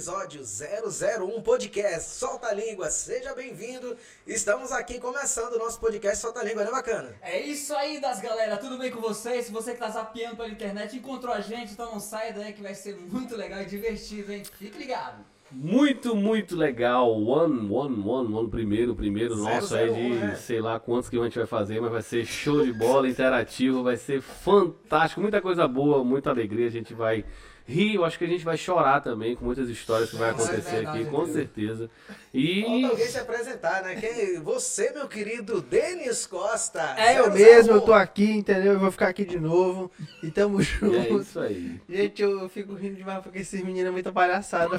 episódio 001 Podcast Solta a Língua, seja bem-vindo. Estamos aqui começando o nosso podcast Solta a Língua, né, bacana? É isso aí, galera, tudo bem com vocês? Se você que tá zapeando pela internet encontrou a gente, então não saia daí que vai ser muito legal e divertido, hein? Fique ligado. Muito legal. Primeiro nosso aí de né? sei lá quantos que a gente vai fazer, mas vai ser show de bola, interativo, vai ser fantástico, muita coisa boa, muita alegria, a gente vai rir, eu acho que a gente vai chorar também com muitas histórias que vai acontecer aqui, com certeza. E Falta alguém se apresentar, né? Você, meu querido Denis Costa. É eu mesmo, eu tô aqui, entendeu? Eu vou ficar aqui de novo e tamo junto. é isso aí. Gente, eu fico rindo demais porque esses meninos é muita palhaçada.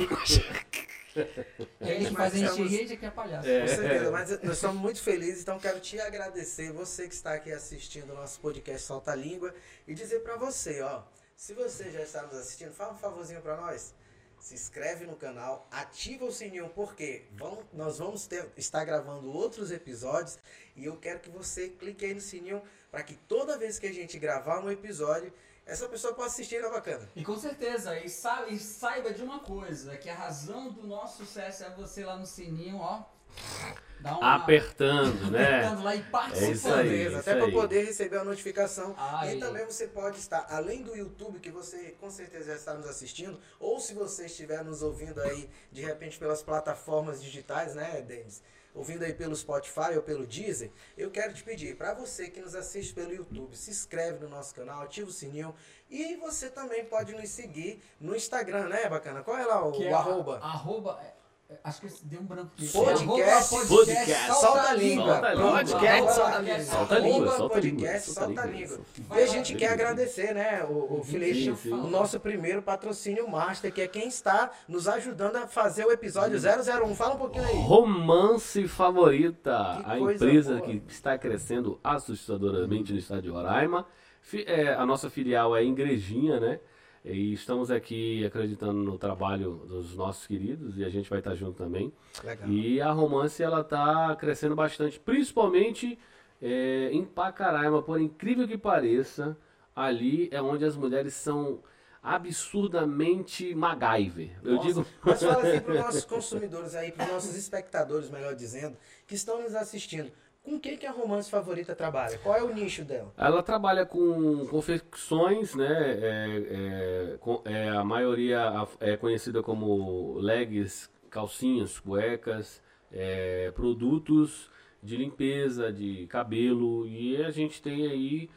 Eles fazem a gente rir, a gente quer palhaço. Com certeza, mas nós estamos muito felizes, então quero te agradecer, você que está aqui assistindo o nosso podcast Solta a Língua, e dizer para você, ó, se você já está nos assistindo, fala um favorzinho para nós. Se inscreve no canal, ativa o sininho, porque nós vamos estar gravando outros episódios e eu quero que você clique aí no sininho para que toda vez que a gente gravar um episódio, essa pessoa possa assistir, né, bacana? E com certeza, e saiba de uma coisa, que a razão do nosso sucesso é você lá no sininho, ó, dar uma... Apertando, né? Apertando lá e participando. É isso aí. Até para poder receber a notificação. Aí. E também você pode estar, além do YouTube, que você com certeza já está nos assistindo, ou se você estiver nos ouvindo aí, de repente, pelas plataformas digitais, né, Denis? Ouvindo aí pelo Spotify ou pelo Deezer, eu quero te pedir, para você que nos assiste pelo YouTube, se inscreve no nosso canal, ativa o sininho, e você também pode nos seguir no Instagram, né, bacana? Qual é lá o arroba? Acho que deu um branco aqui. Podcast Solta a Língua. Podcast Solta a Língua. Podcast Solta a Língua. Vai E a lá, gente vai quer lá. agradecer, né, o Felipe, sim. o nosso primeiro patrocínio master, que é quem está nos ajudando a fazer o episódio 001. Fala um pouquinho aí. Romance Favorita, Que a coisa empresa boa. que está crescendo assustadoramente no estado de Roraima. A nossa filial é Igrejinha, né? E estamos aqui acreditando no trabalho dos nossos queridos e a gente vai estar junto também. Legal. E a Romance ela está crescendo bastante, principalmente em Pacaraima, por incrível que pareça, ali é onde as mulheres são absurdamente MacGyver. Eu digo. Mas fala assim para os nossos consumidores aí, para os nossos espectadores, melhor dizendo, que estão nos assistindo. Com quem que a Romance Favorita trabalha? Qual é o nicho dela? Ela trabalha com confecções, né? A maioria é conhecida como leggings, calcinhas, cuecas, produtos de limpeza, de cabelo. E a gente tem aí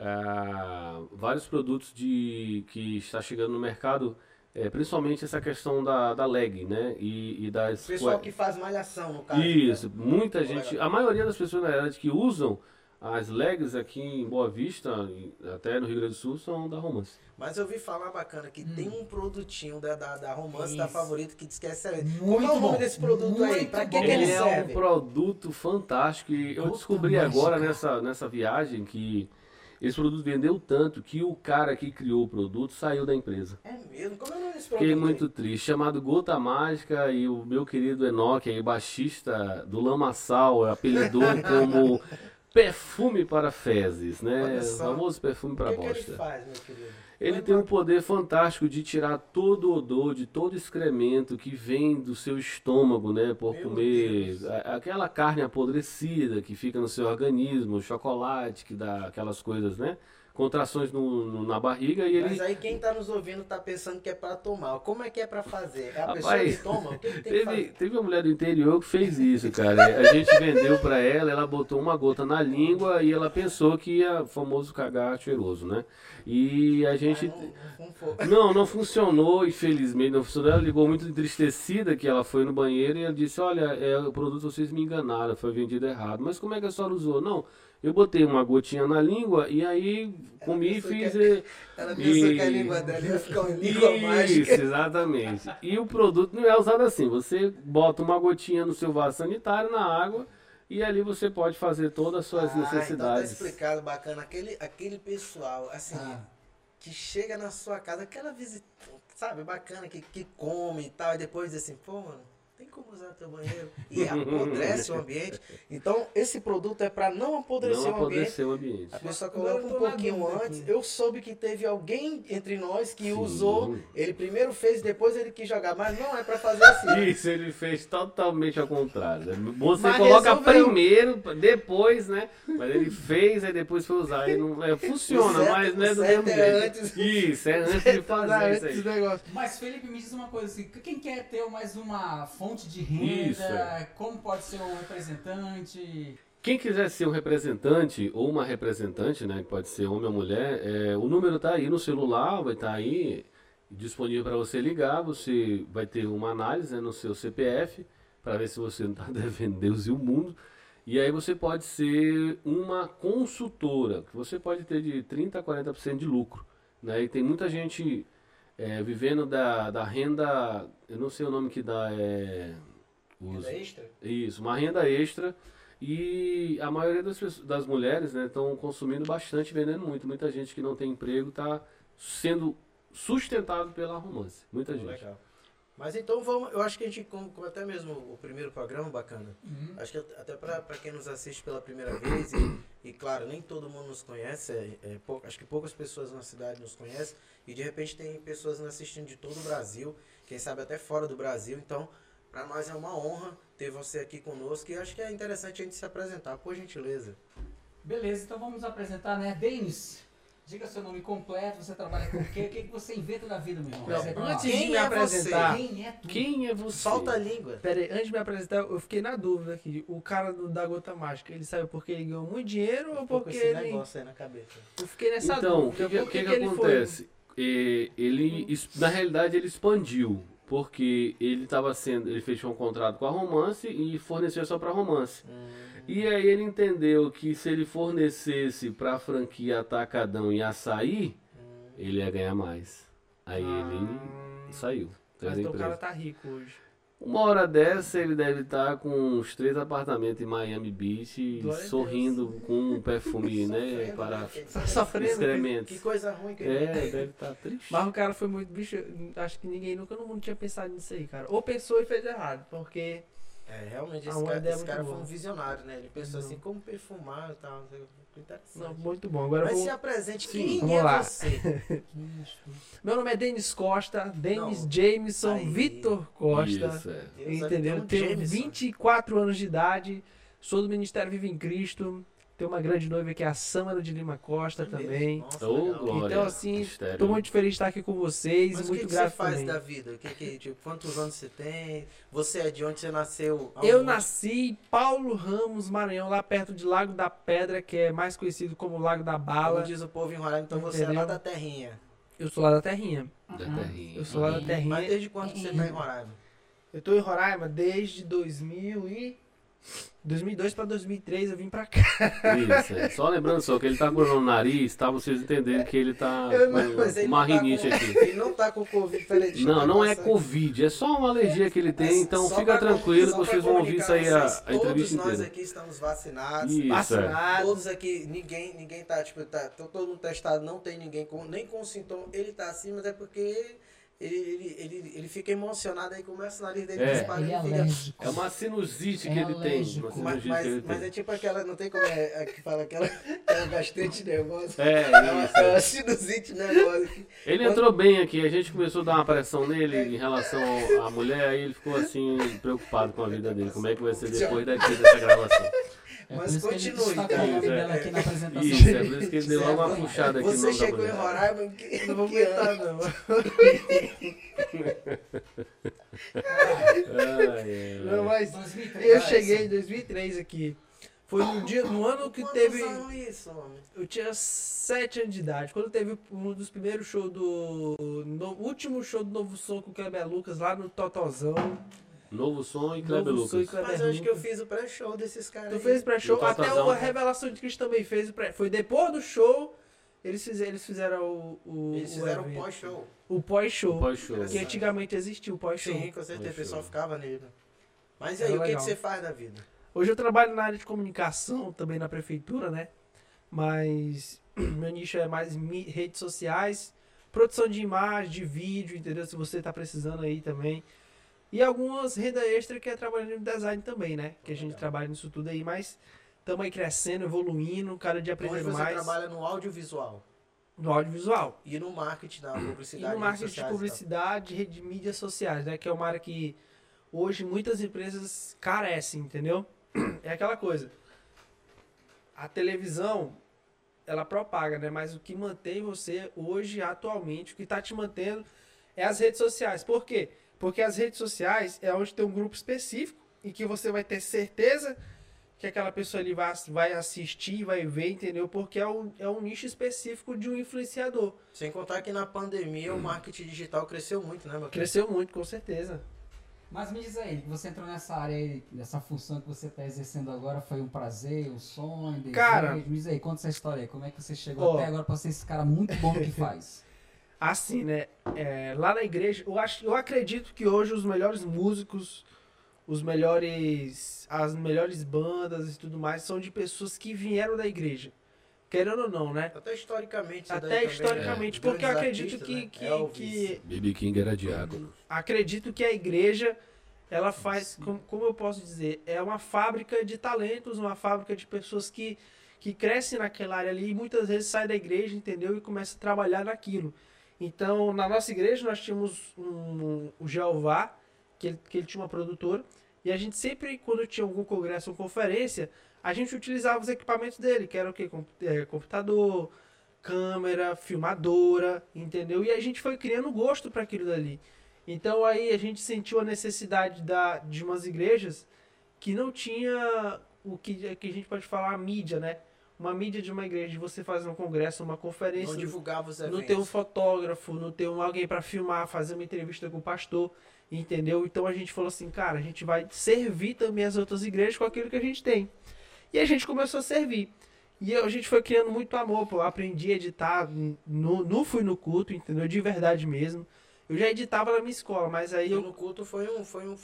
vários produtos que está chegando no mercado, principalmente essa questão da leg, né? E das Pessoal que faz malhação, no caso. Isso, né? muita gente, a maioria das pessoas na verdade que usam as legs aqui em Boa Vista, até no Rio Grande do Sul, são da Romance. Mas eu ouvi falar bacana que tem um produtinho da Romance, Isso. da Favorita, que diz que é excelente. Muito Como é o nome bom. desse produto aí? Muito Pra que bom. ele Ele é um serve? produto fantástico e eu Gota descobri mágica. agora nessa viagem que esse produto vendeu tanto que o cara que criou o produto saiu da empresa. É mesmo? Como é o nome desse Fiquei produto? muito triste, chamado Gota Mágica, e o meu querido Enoque, aí, baixista do Lamaçal, apelidou como perfume para fezes, né? Olha O só. famoso perfume O para que ele bosta. faz, meu querido? Ele tem um poder fantástico de tirar todo o odor, de todo excremento que vem do seu estômago, né? Por Meu comer Deus. aquela carne apodrecida que fica no seu organismo, o chocolate que dá aquelas coisas, né? Contrações na barriga e ele... Mas aí quem tá nos ouvindo tá pensando que é pra tomar. Como é que é pra fazer? É a pessoa Rapaz, que toma? O que tem que fazer? Teve uma mulher do interior que fez isso, cara. A gente vendeu pra ela, ela botou uma gota na língua e ela pensou que ia famoso cagar cheiroso, né? E a gente... Não funcionou, infelizmente não funcionou. Ela ligou muito entristecida que ela foi no banheiro e ela disse, olha, o produto vocês me enganaram, foi vendido errado. Mas como é que a senhora usou? Não, eu botei uma gotinha na língua e aí comi e fiz... Ela pensou que a língua dela ia ficar uma língua Isso, mágica. exatamente. E o produto não é usado assim. Você bota uma gotinha no seu vaso sanitário, na água, e ali você pode fazer todas as suas Então tá necessidades. explicado, bacana. Aquele pessoal, assim, que chega na sua casa, aquela visita, sabe, bacana, que come e tal, e depois diz assim, pô, mano, tem como usar teu banheiro? E apodrece o ambiente. Então, esse produto é para não apodrecer Não o ambiente. apodrecer o ambiente. A pessoa Agora coloca eu um tô na pouquinho dúvida antes. aqui. Eu soube que teve alguém entre nós que Sim. usou. Ele primeiro fez, depois ele quis jogar. Mas não é para fazer assim. Isso, ele fez totalmente ao contrário. Você Mas coloca resolveu. primeiro, depois, né? Mas ele fez, aí depois foi usar. Aí não, funciona, O certo- mas não é o do certo mesmo é jeito. antes. Isso, é antes de fazer isso Esse aí. negócio. Mas Felipe, me diz uma coisa assim, quem quer ter mais uma fonte de renda, Isso, é. como pode ser um representante? Quem quiser ser um representante ou uma representante, né, que pode ser homem ou mulher, o número está aí no celular, vai estar aí disponível para você ligar, você vai ter uma análise, né, no seu CPF para ver se você não está devendo Deus e o mundo. E aí você pode ser uma consultora, que você pode ter de 30% a 40% de lucro. Né? E tem muita gente vivendo da renda, eu não sei o nome que dá, Renda extra? isso, uma renda extra. E a maioria das mulheres estão consumindo bastante, vendendo muito. Muita gente que não tem emprego está sendo sustentado pela Romance. Muita gente. Legal. Mas então vamos, eu acho que a gente, como até mesmo o primeiro programa bacana, acho que até para quem nos assiste pela primeira vez, e claro, nem todo mundo nos conhece, acho que poucas pessoas na cidade nos conhecem, e de repente tem pessoas nos assistindo de todo o Brasil, quem sabe até fora do Brasil, então para nós é uma honra ter você aqui conosco, e acho que é interessante a gente se apresentar, por gentileza. Beleza, então vamos apresentar, né? Denis, diga seu nome completo, você trabalha com o quê? O que você inventa da vida, meu irmão? Não, Você- antes Quem de me é apresentar, Quem é tu? Quem é você? Solta a língua. pera aí, antes de me apresentar, eu fiquei na dúvida aqui. O cara da Gota Mágica, ele sabe porque ele ganhou muito dinheiro ou Ficou com porque esse ele... negócio aí na cabeça. Eu fiquei nessa Então, o dúvida. que Por que ele foi? acontece? Na realidade, ele expandiu, porque ele fechou um contrato com a Romance e forneceu só para Romance. E aí ele entendeu que se ele fornecesse para a franquia Atacadão e Açaí, ele ia ganhar mais. Aí ele saiu. Mas da então o cara empresa. tá rico hoje. Uma hora dessa ele deve estar com uns 3 apartamentos em Miami Beach, Glória a sorrindo com um perfume, né, Sofrendo, para né? Tá sofrendo. excrementos. Que coisa ruim que Deve estar triste. Mas o cara foi muito bicho. Acho que ninguém nunca no mundo tinha pensado nisso aí, cara. Ou pensou e fez errado, porque. Realmente Ah, esse uma cara, ideia esse cara muito foi um boa. visionário, né? Ele pensou assim, como perfumar e tal. Interessante. Não, muito bom. Agora eu Mas vou. se apresente, Sim, quem vamos é lá. você? Meu nome é Denis Costa, Denis Não. Jameson Aí. Vitor Costa. Isso, Deus, Entendeu? tem um Tenho Jameson. 24 anos de idade, sou do Ministério Viva em Cristo. Tenho uma grande noiva que é a Sâmara de Lima Costa também. Nossa, Ô, legal. glória. Então, assim, Mistério. tô muito feliz de estar aqui com vocês, Mas o muito que você grato faz também. da vida? Tipo, quantos anos você tem? Você é de onde você nasceu? Eu Aonde? nasci em Paulo Ramos, Maranhão, lá perto de Lago da Pedra, que é mais conhecido como Lago da Como Bala. diz o povo em Roraima, então você é Entendeu? lá da terrinha. Eu sou lá da Terrinha. Da terrinha. Eu sou lá da Terrinha. Mas desde quando que você tá em Roraima? Eu tô em Roraima desde 2002 para 2003 eu vim pra cá. Isso, Só lembrando só que ele tá com o nariz, tá? Vocês entenderem que ele tá Mas com ele uma não tá rinite com- aqui. Ele não tá com Covid, peraí, deixa eu Não, não é passar. Covid, é só uma alergia que ele tem, então Só fica pra- tranquilo só que pra vocês vão ouvir isso aí comunicar a vocês, entrevista todos nós inteira. aqui estamos vacinados. Isso, Vacinado. Todos aqui, ninguém tá, tipo, tá todo mundo testado, não tem ninguém nem com sintoma. Ele tá assim, mas é porque ele fica emocionado aí, começa o nariz dele É. disparar, Ele é ele fica... alérgico. É uma sinusite É que ele tem. alérgico. Uma Mas, sinusite que ele mas é tem. tipo aquela, não tem como é que fala aquela gastrite nervosa. É, É isso. uma sinusite nervosa. Ele entrou bem aqui, a gente começou a dar uma pressão nele em relação à mulher, aí ele ficou assim, preocupado com a vida dele. Como é que vai ser depois daqui dessa gravação? É Mas por isso que ele continue, destacou cara. o nome Isso, dela aqui na apresentação. Isso, é por isso que ele deu logo uma puxada aqui no Você nome da chegou em mulher. Roraima em que, Não vou que aguentar, ano? não. Não, mas 2003, eu vai, cheguei sim. em 2003 aqui. Foi no ano que Quantos teve. anos isso, homem? Eu tinha 7 anos de idade. Quando teve um dos primeiros shows do. Último show do Novo Som com o Kleber Lucas lá no Totozão. Novo som e Kleber Novo Som e Lucas. Kleber Mas eu acho que eu Lucas. fiz o pré-show desses caras. Tu aí. fez pré-show, No até Totozão. a Revelação de Cristo também fez o pré. Foi depois do show, eles fizeram Eles o fizeram um evento. pós-show. O pós-show. Pós-show. Que antigamente existia o pós-show. Sim, com certeza. O pessoal ficava nele. Mas e Era aí, o que, legal. você faz da vida? Hoje eu trabalho na área de comunicação, também na prefeitura, né? Mas meu nicho é mais redes sociais, produção de imagem, de vídeo, entendeu? Se você tá precisando aí também. E algumas renda extra que é trabalhando em design também, né? Que a gente trabalha nisso tudo aí, mas estamos aí crescendo, evoluindo, cada dia Onde aprendendo você mais trabalha no audiovisual no audiovisual. e no marketing da E publicidade. no redes marketing de sociais e tal. publicidade, rede de mídias sociais, né? Que é uma área que hoje muitas empresas carecem, entendeu? É aquela coisa. A televisão, ela propaga, né? Mas o que mantém você hoje, atualmente, o que está te mantendo é as redes sociais. Por quê? Porque as redes sociais é onde tem um grupo específico e que você vai ter certeza que aquela pessoa ali vai assistir, vai ver, entendeu? Porque é um nicho específico de um influenciador. Sem contar que na pandemia o marketing digital cresceu muito, né, meu querido? Cresceu muito, com certeza. Mas me diz aí, que você entrou nessa área aí, nessa função que você está exercendo agora, foi um prazer, um sonho, desejo? Cara, Me diz aí, conta essa história aí, como é que você chegou ó, até agora para ser esse cara muito bom no que faz? Assim, né? Lá na igreja, eu acredito que hoje os melhores músicos, as melhores bandas e tudo mais são de pessoas que vieram da igreja. Querendo ou não, né? Até historicamente. isso daí Até também, historicamente, né? porque eu Grandes acredito artistas, que, né? Elvis. B.B. King era diácono. acredito que a igreja, ela faz, como eu posso dizer, é uma fábrica de talentos, uma fábrica de pessoas que crescem naquela área ali e muitas vezes saem da igreja, entendeu? E começam a trabalhar naquilo. Então, na nossa igreja, nós tínhamos o Jeová, que ele tinha uma produtora, e a gente sempre, quando tinha algum congresso ou conferência, a gente utilizava os equipamentos dele, que era o quê? Computador, câmera, filmadora, entendeu? E a gente foi criando gosto para aquilo dali. Então aí a gente sentiu a necessidade de umas igrejas que não tinha o que a gente pode falar, a mídia, né? Uma mídia de uma igreja, de você fazer um congresso, uma conferência, Não divulgava os eventos. não ter um fotógrafo, não ter alguém para filmar, fazer uma entrevista com o pastor, entendeu? Então a gente falou assim, cara, a gente vai servir também as outras igrejas com aquilo que a gente tem. E a gente começou a servir. E a gente foi criando muito amor, pô. Eu aprendi a editar, fui no culto, entendeu? De verdade mesmo. Eu já editava na minha escola, mas aí No culto foi uma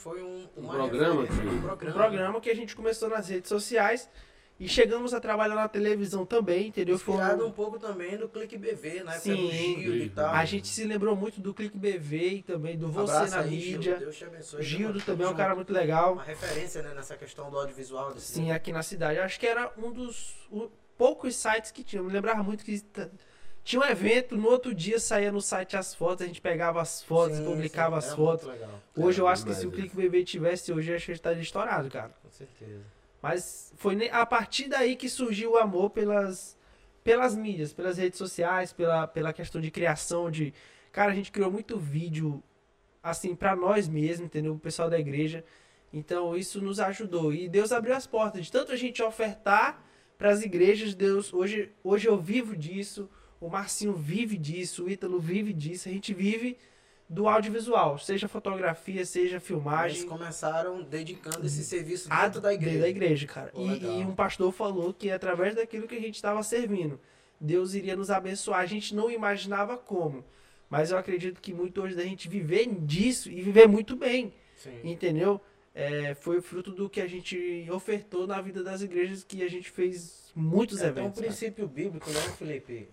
programa, referência, filho. um programa que a gente começou nas redes sociais e chegamos a trabalhar na televisão também, entendeu? Inspirado um pouco também do Clique BV, né? Sim. Do Gildo e tal. A gente se lembrou muito do Clique BV e também do Você Abraço na aí, Mídia. Gildo, Deus te abençoe. Gildo Tamo também é um junto. cara muito legal. Uma referência, né, nessa questão do audiovisual. Sim, aqui na cidade. Acho que era um dos poucos sites que tinha. Eu me lembrava muito que tinha um evento, no outro dia saía no site as fotos, a gente pegava as fotos, publicava as fotos. Hoje eu acho que se o Clique BB tivesse hoje, acho que a gente estaria estourado, cara. Com certeza. Mas foi a partir daí que surgiu o amor pelas mídias, pelas redes sociais, pela questão de criação de... Cara, a gente criou muito vídeo, assim, pra nós mesmos, entendeu? O pessoal da igreja. Então isso nos ajudou. E Deus abriu as portas. De tanto a gente ofertar para as igrejas, Deus... Hoje eu vivo disso, o Marcinho vive disso, o Ítalo vive disso. A gente vive do audiovisual, seja fotografia, seja filmagem. Eles começaram dedicando esse serviço Ah, dentro da igreja. Dentro da igreja, cara. Pô, E legal. um pastor falou que através daquilo que a gente estava servindo, Deus iria nos abençoar. A gente não imaginava como. Mas eu acredito que muito hoje da gente viver disso e viver muito bem. Sim. Entendeu? Foi fruto do que a gente ofertou na vida das igrejas, que a gente fez muitos Tem um eventos. cara. princípio bíblico, né, Felipe?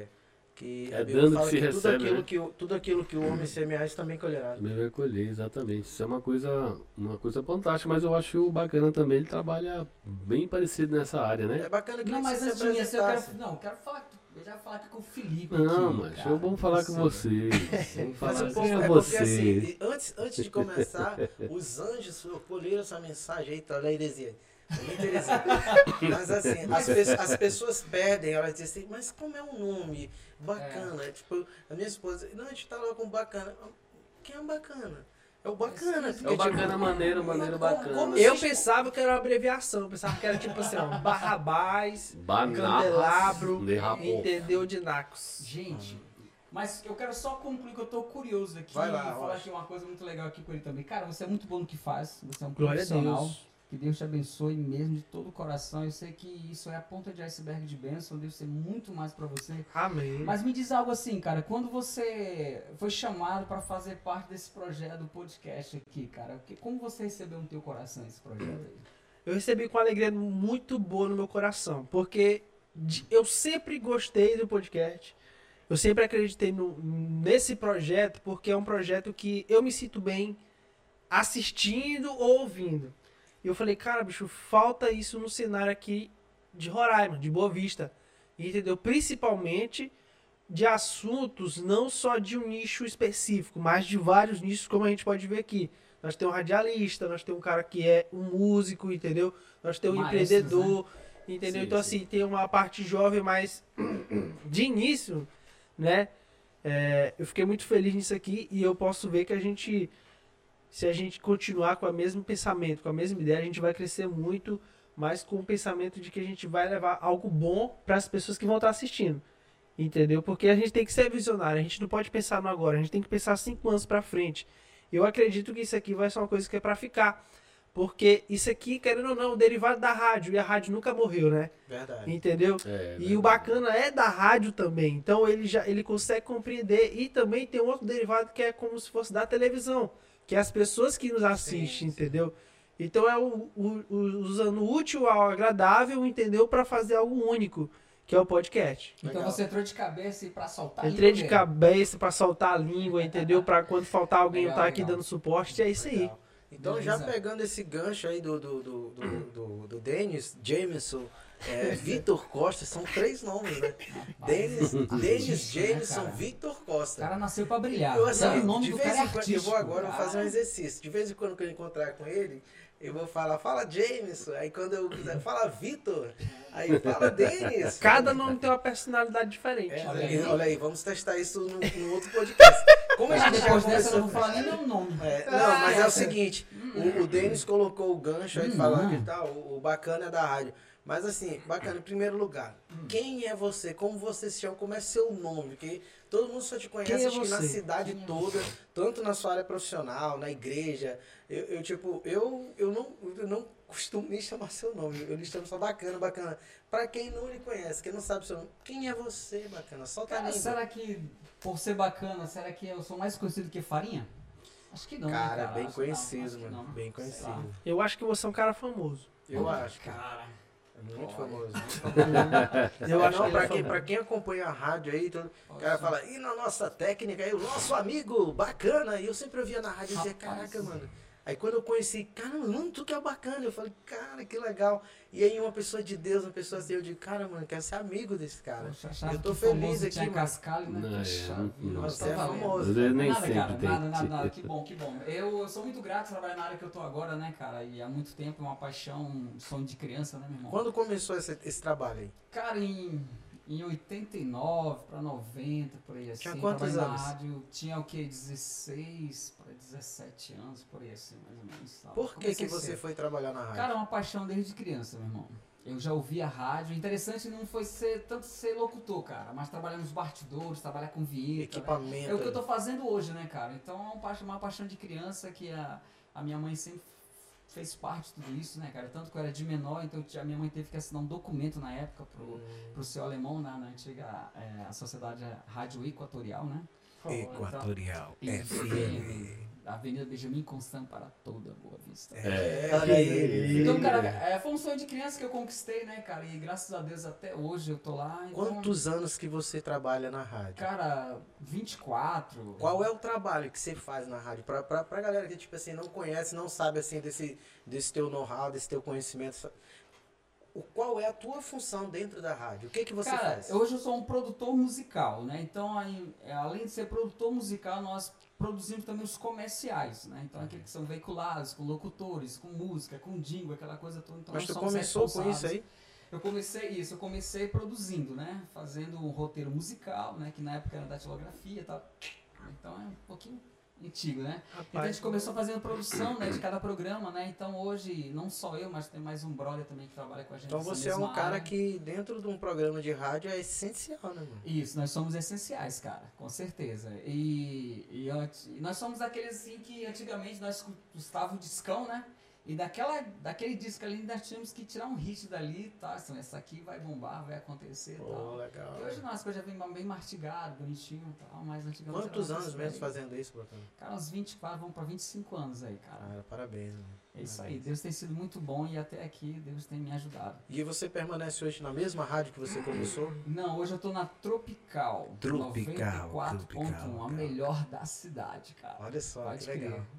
Que É a Bíblia dando fala que se tudo recebe, aquilo né? tudo aquilo que o homem semear, isso também colherá. Também vai colher, exatamente. Isso é uma coisa fantástica, mas eu acho bacana também, ele trabalha bem parecido nessa área, É né? bacana que Não, mas você antes se de mim, assim, eu apresentasse. quero falar, eu já falar aqui com o Felipe. Não, aqui, mas cara. vamos falar com você. Vamos Mas falar o com povo, é porque você. assim, antes de começar, os anjos colheram essa mensagem aí, tá, da heresia. Muita heresia. Mas assim, as pessoas perdem, elas dizem assim, mas como é um nome bacana? Tipo, a minha esposa, não, a gente tá lá com bacana. Quem é o bacana? É o bacana. É o bacana maneiro bacana. Eu pensava que era uma abreviação, eu pensava que era tipo assim, ó, Barrabás, Candelabro, Derrapou. entendeu? De Nacos. Gente, mas eu quero só concluir que eu tô curioso aqui Vai lá, e falar Rocha. aqui uma coisa muito legal aqui com ele também. Cara, você é muito bom no que faz, você é um Glória a profissional. Deus. Que Deus te abençoe mesmo de todo o coração. Eu sei que isso é a ponta de iceberg de bênção. Deus tem muito mais pra você. Amém. Mas me diz algo assim, cara. Quando você foi chamado pra fazer parte desse projeto do podcast aqui, cara, como você recebeu no teu coração esse projeto aí? Eu recebi com alegria muito boa no meu coração, porque eu sempre gostei do podcast. Eu sempre acreditei nesse projeto, porque é um projeto que eu me sinto bem assistindo ou ouvindo. E eu falei, cara, bicho, falta isso no cenário aqui de Roraima, de Boa Vista. Entendeu? Principalmente de assuntos, não só de um nicho específico, mas de vários nichos, como a gente pode ver aqui. Nós temos um radialista, nós temos um cara que é um músico, entendeu? Nós temos um empreendedor, né? Entendeu? Sim, então, assim, tem uma parte jovem, mas de início, né? Eu fiquei muito feliz nisso aqui e eu posso ver que a gente, se a gente continuar com o mesmo pensamento, com a mesma ideia, a gente vai crescer muito, mas com o pensamento de que a gente vai levar algo bom para as pessoas que vão estar assistindo. Entendeu? Porque a gente tem que ser visionário, a gente não pode pensar no agora, a gente tem que pensar 5 anos para frente. Eu acredito que isso aqui vai ser uma coisa que é para ficar. Porque isso aqui, querendo ou não, é um derivado da rádio. E a rádio nunca morreu, né? Verdade. Entendeu? E o bacana é da rádio também. Então ele consegue compreender. E também tem um outro derivado que é como se fosse da televisão. Que é as pessoas que nos assistem, entendeu? Então é usando o útil ao agradável, entendeu? Para fazer algo único, que é o podcast. Então você entrou de cabeça para soltar a língua. Entrei de cabeça para soltar a língua, entendeu? Para quando faltar alguém eu estar aqui dando suporte. É isso aí. Então, beleza. Já pegando esse gancho aí do Denis, Jameson, Vitor Costa, são 3 nomes, né? Denis, Jameson, né, Vitor Costa. O cara nasceu pra brilhar. Eu, assim, o nome do cara é eu vou agora fazer um exercício. De vez em quando que eu encontrar com ele, eu vou falar, fala Jameson. Aí quando eu quiser, fala Vitor. Aí fala Denis. Cada nome tem uma personalidade diferente. Olha aí, vamos testar isso no outro podcast. Como a gente depois dessa eu não vou falar nem meu nome. Não, mas é o seguinte, o Denis colocou o gancho aí falando que tal, o bacana é da rádio. Mas assim, bacana, em primeiro lugar, quem é você? Como você se chama? Como é seu nome? Porque todo mundo só te conhece acho que na cidade toda, tanto na sua área profissional, na igreja. Eu não costumo nem chamar seu nome, eu lhe chamo só bacana. Pra quem não lhe conhece, quem não sabe seu nome, quem é você, bacana? Solta a língua. Será que, por ser bacana, será que eu sou mais conhecido que Farinha? Acho que não, cara, né, bem conhecido, mano. Bem conhecido. Eu acho que você é um cara famoso. Eu acho, cara. Muito famoso. Eu acho que pra quem acompanha a rádio aí, o cara fala, e na nossa técnica aí, o nosso amigo bacana. E eu sempre ouvia na rádio e dizia, caraca, mano. Aí quando eu conheci, cara, mano, tu que é bacana. Eu falei, cara, que legal. E aí uma pessoa de Deus, uma pessoa assim, eu digo, cara, mano, eu quero ser amigo desse cara. Poxa, eu tô feliz aqui, mano. Cascalho, né? Você é famoso. Nem nada, sempre cara, tem. nada. Que bom. Eu sou muito grato trabalhar na área que eu tô agora, né, cara? E há muito tempo é uma paixão, um sonho de criança, né, meu irmão? Quando começou esse trabalho aí? Cara, em 89 para 90, por aí assim. Tinha quantos na anos? Rádio, tinha o que? 16 para 17 anos, por aí assim, mais ou menos. Tal. Por que você foi trabalhar na rádio? Cara, é uma paixão desde criança, meu irmão. Eu já ouvia rádio. Interessante não foi tanto ser locutor, cara, mas trabalhar nos bastidores, trabalhar com vinheta. Equipamento. Né? É o que eu tô fazendo hoje, né, cara? Então é uma paixão de criança que a minha mãe sempre fez parte de tudo isso, né, cara? Tanto que eu era de menor, então a minha mãe teve que assinar um documento na época pro seu alemão, na antiga a Sociedade Rádio Equatorial, né? Equatorial, então, FM. Avenida Benjamin Constant para toda Boa Vista. Olha aí. Então, cara, foi um sonho de criança que eu conquistei, né, cara? E graças a Deus até hoje eu tô lá. Então, quantos anos que você trabalha na rádio? Cara, 24. Qual é o trabalho que você faz na rádio? Pra galera que, tipo assim, não conhece, não sabe, assim, desse teu know-how, desse teu conhecimento. Qual é a tua função dentro da rádio? O que você faz? Hoje eu sou um produtor musical, né? Então, além de ser produtor musical, nós produzimos também os comerciais, né? Então, aqueles que são veiculados, com locutores, com música, com jingle, aquela coisa toda. Então, mas tu começou com isso aí? Eu comecei produzindo, né? Fazendo um roteiro musical, né? Que na época era datilografia e tal. Então, é um pouquinho antigo, né? Rapaz, então a gente começou fazendo produção, né, de cada programa, né? Então hoje, não só eu, mas tem mais um brother também que trabalha com a gente. Então você é um cara que dentro de um programa de rádio é essencial, né, mano? Isso, nós somos essenciais, cara, com certeza. E nós somos aqueles assim que antigamente nós escutávamos o discão, né? E daquele disco ali nós tínhamos que tirar um hit dali, tá? Assim, essa aqui vai bombar, vai acontecer e tal. Legal. E hoje não, as coisas já vem bem mastigado, bonitinho e tal, mas antigamente... Quantos anos mesmo fazendo isso, bacana? Cara, uns 24, vamos pra 25 anos aí, cara. Parabéns, mano. É isso aí, Deus tem sido muito bom e até aqui Deus tem me ajudado. E você permanece hoje na mesma rádio que você começou? Não, hoje eu tô na Tropical 94.1, a melhor da cidade, cara. Olha só, Pode que legal. crer.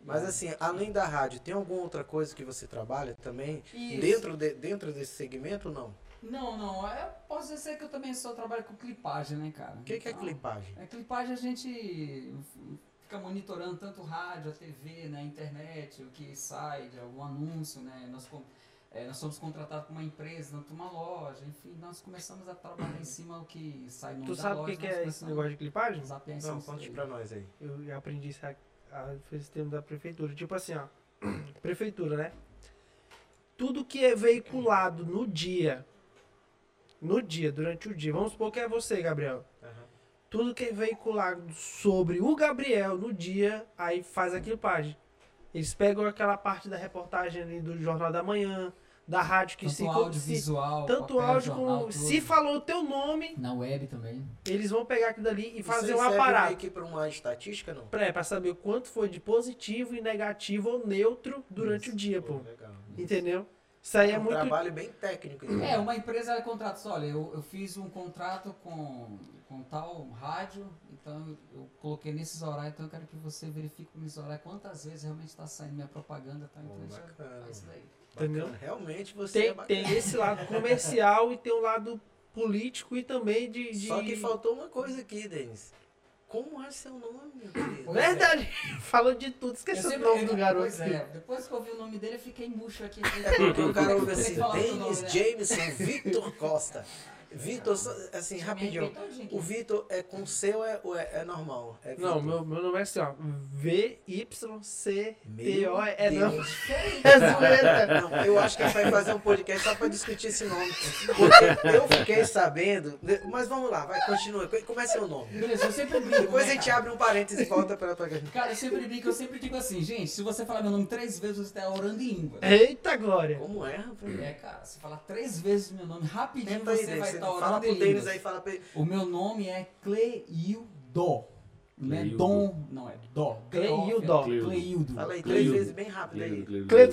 Mas assim, além da rádio, tem alguma outra coisa que você trabalha também? Isso. Dentro desse segmento ou não? Não, eu posso dizer que eu também só trabalho com clipagem, né, cara? O que é Então, clipagem? Clipagem a gente fica monitorando tanto o rádio, a TV, né, a internet, o que sai de algum anúncio, né? Nós somos contratados por uma empresa, por uma loja, enfim, nós começamos a trabalhar em cima do que sai no Tu da sabe loja. o que é esse negócio de clipagem? Zapear em Não, cima conte disso pra aí. nós aí. Eu já aprendi isso esse termo da prefeitura. Tipo assim, ó. Prefeitura, né? Tudo que é veiculado no dia, durante o dia. Vamos supor que é você, Gabriel. Tudo que é veiculado sobre o Gabriel no dia, aí faz a clipagem. Eles pegam aquela parte da reportagem ali do Jornal da Manhã, da rádio que Tanto áudio, visual, tanto papel, áudio jornal, como tudo. se falou o teu nome, Na web também. eles vão pegar aquilo dali e fazer Isso um aí serve aparato meio que pra uma estatística, não? pra saber o quanto foi de positivo e negativo ou neutro durante o dia, pô. Legal. Entendeu? Isso aí é um muito. trabalho bem técnico. Então. Uma empresa ela contrata, olha, eu fiz um contrato com tal rádio, então eu coloquei nesses horários, então eu quero que você verifique nesses horários quantas vezes realmente está saindo minha propaganda, tá? Então isso Bacana. é isso daí. Entendeu? Bacana. Realmente você é bacana. Tem esse lado comercial e tem um lado político e também de. Só que faltou uma coisa aqui, Denis. Como é seu nome, meu querido? Verdade! Falou de tudo, esqueceu o nome do garoto. Pois é, depois que eu vi o nome dele, eu fiquei murcho aqui. Porque o cara ouve assim, Falar o nome, Denis né? Jameson Victor Costa. Vitor, assim, rapidinho. Todinho aqui. O Vitor é com C ou é normal? É Não, Vitor? meu nome é assim, ó. VYCTO. Meu É não. Deus. É zoeira. Não, eu acho que a gente vai fazer um podcast só pra discutir esse nome. Porque eu fiquei sabendo. Mas vamos lá, vai, continua. Como é seu nome? Beleza, eu sempre brinco. Depois né, a gente cara? abre um parênteses e volta pra tua questão. Cara, eu sempre brinco, eu sempre digo assim, gente, se você falar meu nome 3 vezes, você está orando em língua. Eita glória. Como é, rapaz? Cara, se falar 3 vezes meu nome, rapidinho Tenta aí, você Denis. vai Você estar fala orando pro em Denis línguas. aí, fala pra ele. O meu nome é Cleildo. Não é Cleildo. Dom, não é Dó. Cleildo. Cleildo. Fala aí Cleildo. 3 vezes bem rápido aí.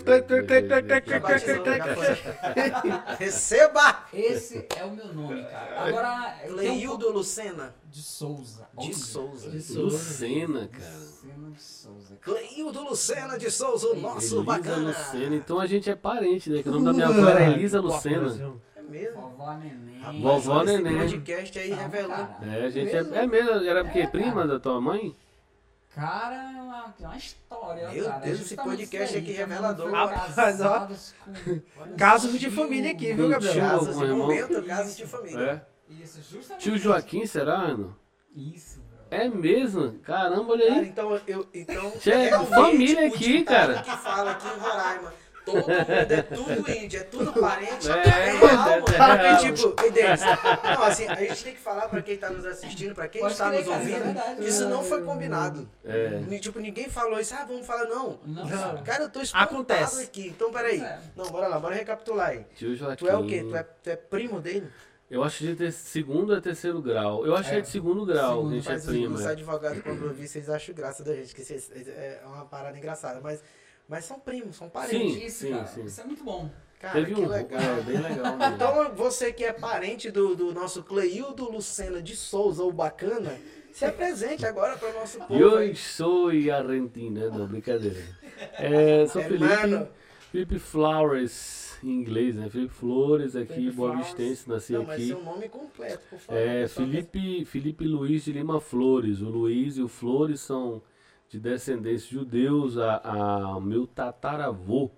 Já Cleildo. batizou, já foi. Receba! Esse é o meu nome, cara. Agora, tem um Cleildo Lucena de Souza. de Souza. Lucena, cara. Lucena de Souza. Cleildo Lucena de Souza, o nosso Elisa bacana. Lucena. Então a gente é parente, né? Que o nome da minha avó era Elisa Lucena. É mesmo? Vovó Neném. Rapaz, Vovó olha esse Neném. podcast aí Não, revelando. cara. É, a gente é mesmo. Era porque prima cara. da tua mãe? Cara, é uma história, Meu cara. Deus, esse Justamente podcast isso aqui aí, que a minha mãe revelador. foi Rapaz, ó. casados com- Casos de família aqui, viu, Gabriel? Tio, Casos algum de irmão? momento, casos de família. É. Isso, justamente. Tio Joaquim, será, Ana? Isso, velho. É mesmo? Caramba, olha Cara, aí. então Tchê, realmente, família o aqui, ditado cara. que fala aqui em Roraima. Todo mundo é tudo índio, é tudo parente, É, é real, é mano. real. E, tipo, e Denis, não, assim, a gente tem que falar pra quem tá nos assistindo, pra quem Pode está crer, nos cara, isso é ouvindo, verdade. que isso não foi combinado. É. Tipo, ninguém falou isso, vamos falar, não. Não, Cara, eu tô espantado Acontece. aqui. Então, peraí. É. Não, bora lá, bora recapitular aí. Tio Joaquim. Tu é o quê? Tu é primo dele? Eu acho de ter segundo ou terceiro grau. Eu acho que é de segundo grau, Segundo, a gente é Mas prima. os advogados, quando eu vi, vocês acham graça da gente, que é uma parada engraçada. Mas são primos, são parentes. Sim. Isso, cara. sim. Isso é muito bom. Cara, Teve que um. legal. É, bem legal mesmo. Então, você que é parente do nosso Cleildo Lucena de Souza, o bacana, se apresente agora para o nosso povo. Eu aí. sou argentina, não, brincadeira. Sou Hermano. Felipe Flowers, em inglês, né? Felipe Flores, aqui, Felipe Boa Flowers. Vistense, nasci Não, mas aqui. seu nome completo, por favor. Só Felipe Luiz de Lima Flores. O Luiz e o Flores são de descendência judeus. Meu tataravô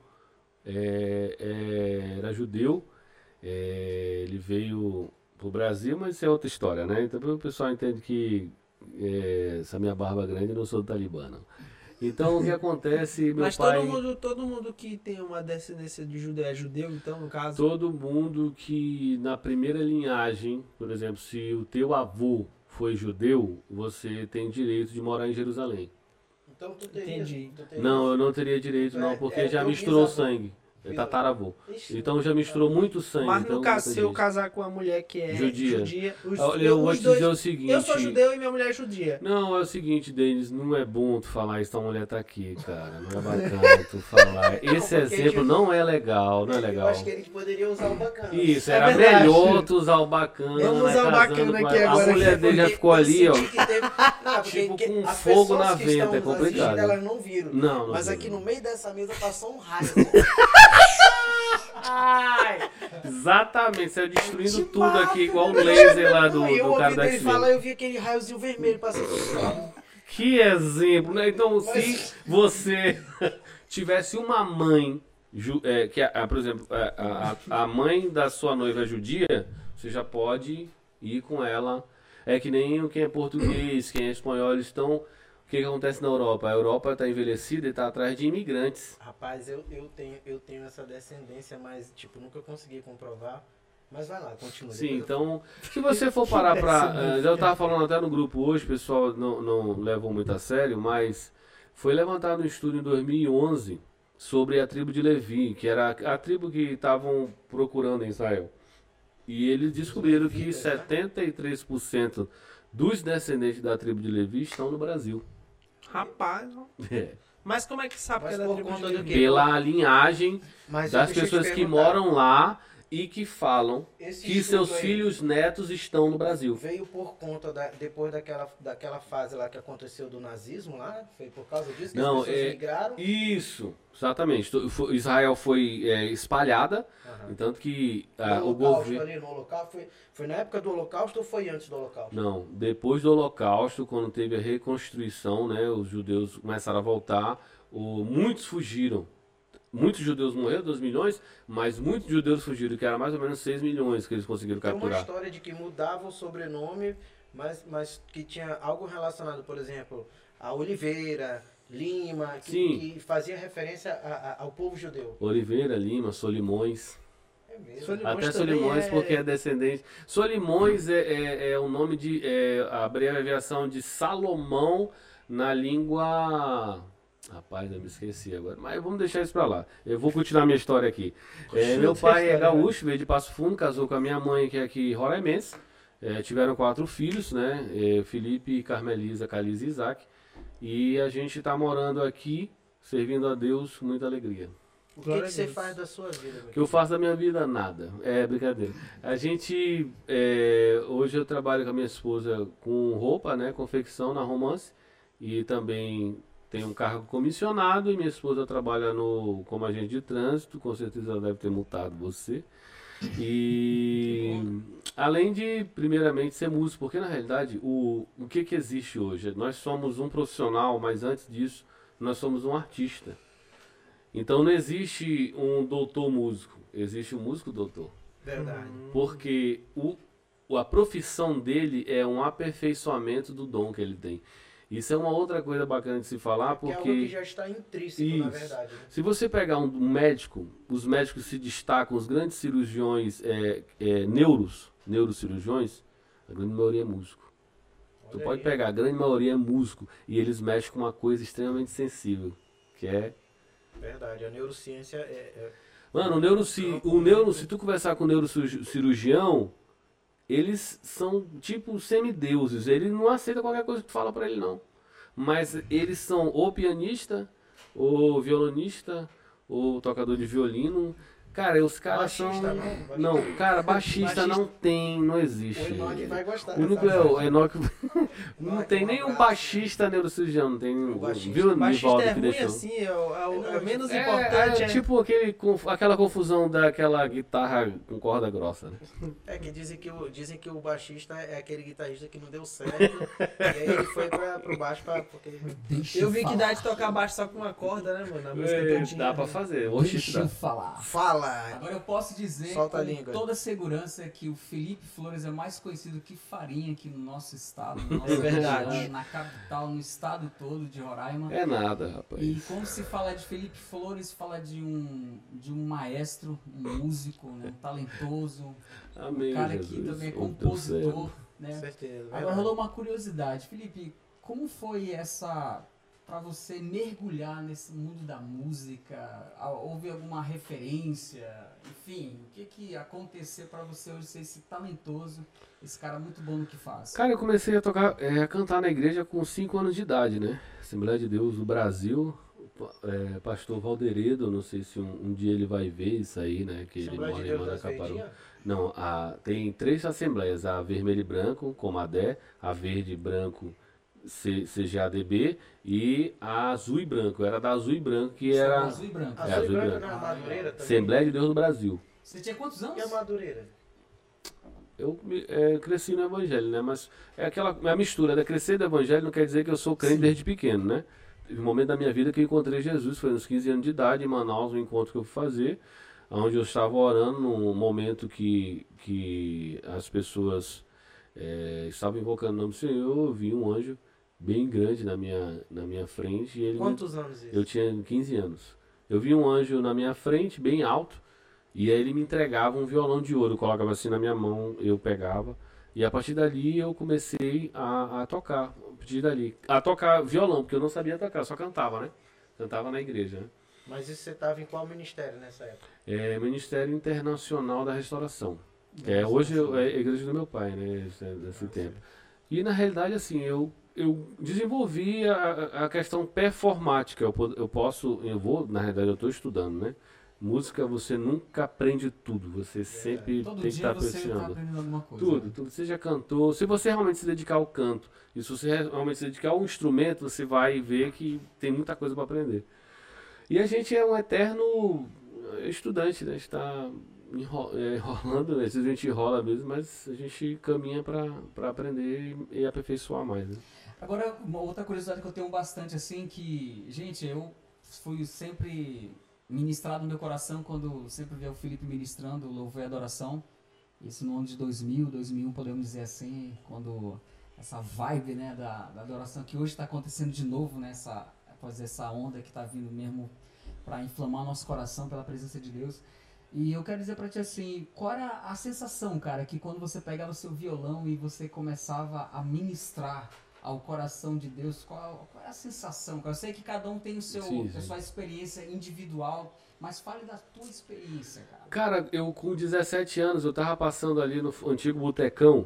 era judeu. Ele veio pro Brasil, mas isso é outra história, né? Então o pessoal entende que essa minha barba grande eu não sou do Talibã, não. Então o que acontece, meu Mas pai... todo mundo que tem uma descendência de judeu é judeu, então, no caso. Todo mundo que na primeira linhagem, por exemplo, se o teu avô foi judeu, você tem direito de morar em Jerusalém. Então tu teria. Entendi. tu teria- Não, eu não teria direito não, porque já teu misturou bisavô. sangue. É tataravô. Ixi, Então já misturou muito sangue. Mas então, no caso, muita se eu gente. casar com uma mulher que é Judia. os, Eu vou os te dois- dizer o seguinte. eu sou judeu e minha mulher é judia. Não, é o seguinte, Denis, não é bom tu falar isso, tua mulher tá aqui, cara. Não é bacana tu falar. Esse porque exemplo tipo, não é legal, não é Eu legal. acho que ele poderia usar o bacana. Isso, É era verdade. melhor tu usar o bacana. Vamos usar o casando bacana com aqui ela. agora. A mulher dele já Porque ficou eu ali, ó. senti que teve- Não, porque Tipo, com as fogo pessoas na que venta, estão é nos complicado. assistindo, elas não viram. Não, não Mas viram. aqui no meio dessa mesa passou um raio. Ai, exatamente, saiu destruindo tudo aqui, igual o laser lá do, Aí eu do cara ouvi da dele X-Men. falar, eu vi aquele raiozinho vermelho passando. Que exemplo, né? Então, se você tivesse uma mãe, por exemplo, a mãe da sua noiva é judia, você já pode ir com ela. É que nem quem é português, quem é espanhol, eles estão... O que acontece na Europa? A Europa está envelhecida e está atrás de imigrantes. Rapaz, eu tenho essa descendência, mas tipo, nunca consegui comprovar. Mas vai lá, continua. Sim, depois eu então, se você for parar pra... eu estava falando até no grupo hoje, o pessoal não levou muito a sério, mas foi levantado um estudo em 2011 sobre a tribo de Levi, que era a tribo que estavam procurando em Israel. E eles descobriram que 73% dos descendentes da tribo de Levi estão no Brasil. Rapaz, ó. É. Mas como é que sabe Mas que é da por tribo conta de do Levi? quê? Pela linhagem Mas das deixa eu te pessoas que perguntar, moram lá e que falam esse que estudo seus aí filhos netos estão no Brasil. veio por conta, depois daquela fase lá que aconteceu do nazismo lá? Foi por causa disso que Não, as pessoas migraram? Isso, exatamente. Israel foi espalhada, Aham. tanto que No o Holocausto governo... ali, no Holocausto, foi na época do Holocausto ou foi antes do Holocausto? Não, depois do Holocausto, quando teve a reconstrução, né, os judeus começaram a voltar, muitos fugiram. Muitos judeus morreram, 2 milhões, mas muitos judeus fugiram, que era mais ou menos 6 milhões que eles conseguiram Tem uma capturar. história de que mudava o sobrenome, mas que tinha algo relacionado, por exemplo, a Oliveira, Lima, Sim. que fazia referência ao povo judeu. Oliveira, Lima, Solimões. É mesmo. Solimões Até também Solimões, é- porque é descendente. Solimões é o nome de. A abreviação de Salomão na língua. Rapaz, eu me esqueci agora. Mas vamos deixar isso pra lá. Eu vou continuar minha história aqui. Meu pai é gaúcho, veio de Passo Fundo, casou com a minha mãe, que é aqui roraimense. Tiveram 4 filhos, né? Felipe, Carmelisa, Caliza e Isaac. E a gente tá morando aqui, servindo a Deus com muita alegria. O Glória que a você Deus. faz da sua vida, meu O que eu faço da minha vida? Nada. É brincadeira. A gente. Hoje eu trabalho com a minha esposa com roupa, né? Confecção na Romance. E também tenho um cargo comissionado. E minha esposa trabalha como agente de trânsito. Com certeza ela deve ter multado você. E além de, primeiramente, ser músico. Porque na realidade, o que existe hoje? Nós somos um profissional, mas antes disso, nós somos um artista. Então não existe um doutor músico, existe um músico doutor. Verdade. Porque a profissão dele é um aperfeiçoamento do dom que ele tem. Isso é uma outra coisa bacana de se falar, Que é algo que porque já está intrínseco, na Isso. verdade. Né? se você pegar um médico, os médicos se destacam, os grandes cirurgiões, neurocirurgiões, a grande maioria é músico. Tu Olha pode aí. pegar, a grande maioria é músico, e eles mexem com uma coisa extremamente sensível, que é... Verdade, a neurociência Mano, se tu conversar com o neurocirurgião, eles são tipo semideuses. Ele não aceita qualquer coisa que tu fala pra ele, não. Mas eles são ou pianista, ou violonista, ou tocador de violino. Cara, os caras Baixista, são... não? Não, cara, baixista não tem, não existe. O Enoque vai gostar. O único dessa é o parte. Enoque. Não Enoque, tem um nenhum abraço. baixista neurocirurgião, não tem nenhum. baixista- Viu, Baixista Nivaldo, é que ruim deixou? assim, é o menos É, importante. tipo aquela confusão daquela guitarra com corda grossa, né? Que dizem que o baixista é aquele guitarrista que não deu certo. E aí ele foi pro baixo porque. Deixa Eu vi que falar. dá de tocar baixo só com uma corda, né, mano? A música todinha. Dá pra fazer. Oxi, Deixa dá. eu falar. Fala! Agora eu posso dizer Solta a com língua. toda segurança que o Felipe Flores é mais conhecido que Farinha aqui no nosso estado, no nosso É verdade. região, na capital, no estado todo de Roraima. É nada, rapaz. E quando se fala de Felipe Flores, fala de um maestro, um músico, né, um talentoso, Amém, um cara Jesus. que também é Oh, Deus compositor, Com né? certeza. Agora rolou uma curiosidade. Felipe, como foi essa para você mergulhar nesse mundo da música? Houve alguma referência? Enfim, o que aconteceu para você hoje ser esse talentoso, esse cara muito bom no que faz? Cara, eu comecei a tocar, a cantar na igreja com 5 anos de idade, né? Assembleia de Deus do Brasil, pastor Valderedo, não sei se um dia ele vai ver isso aí, né? Que ele Assembleia de mora em Deus das Mandacaparu. Verdinhas? Não, tem 3 assembleias, a vermelho e branco, Comadé, a verde e branco, CGADB, e a azul e branco. Era da azul e branco, que era Azul e branco. Azul e azul e branco branco. na Madureira também. Assembleia de Deus do Brasil. Você tinha quantos anos? E a Madureira? Eu cresci no evangelho, né? Mas é a mistura, né? Crescer do evangelho não quer dizer que eu sou crente desde pequeno, né? Teve um momento da minha vida que eu encontrei Jesus, foi nos 15 anos de idade, em Manaus, um encontro que eu fui fazer, onde eu estava orando num momento que as pessoas estavam invocando o nome do Senhor. Eu vi um anjo bem grande na minha frente. E ele Quantos anos isso? Eu tinha 15 anos. Eu vi um anjo na minha frente, bem alto, e aí ele me entregava um violão de ouro, colocava assim na minha mão, eu pegava, e a partir dali eu comecei a tocar, a partir dali, a tocar violão, porque eu não sabia tocar, só cantava, né? Cantava na igreja, né? Mas isso você estava em qual ministério nessa época? Ministério Internacional da Restauração. Hoje é a igreja do meu pai, né? Nesse tempo. E na realidade, assim, eu desenvolvi a questão performática. Na realidade, eu estou estudando, né? Música, você nunca aprende tudo. Você sempre Todo tem que dia estar você tá apreciando. aprendendo alguma coisa. Tudo. Você já cantou. Se você realmente se dedicar ao canto, e se você realmente se dedicar ao instrumento, você vai ver que tem muita coisa para aprender. E a gente é um eterno estudante, né? A gente está enrolando, às vezes a gente enrola mesmo, mas a gente caminha para aprender e aperfeiçoar mais, né? Agora, uma outra curiosidade que eu tenho bastante, assim, que, gente, eu fui sempre ministrado no meu coração quando sempre via o Felipe ministrando louvor e adoração. Isso no ano de 2000, 2001, podemos dizer assim, quando essa vibe, né, da adoração que hoje está acontecendo de novo, né, após essa onda que está vindo mesmo para inflamar nosso coração pela presença de Deus. E eu quero dizer pra ti assim, qual era a sensação, cara, que quando você pegava o seu violão e você começava a ministrar ao coração de Deus, qual é a sensação, cara? Eu sei que cada um tem a sua experiência individual, mas fale da tua experiência, cara. Cara, eu com 17 anos, eu tava passando ali no antigo botecão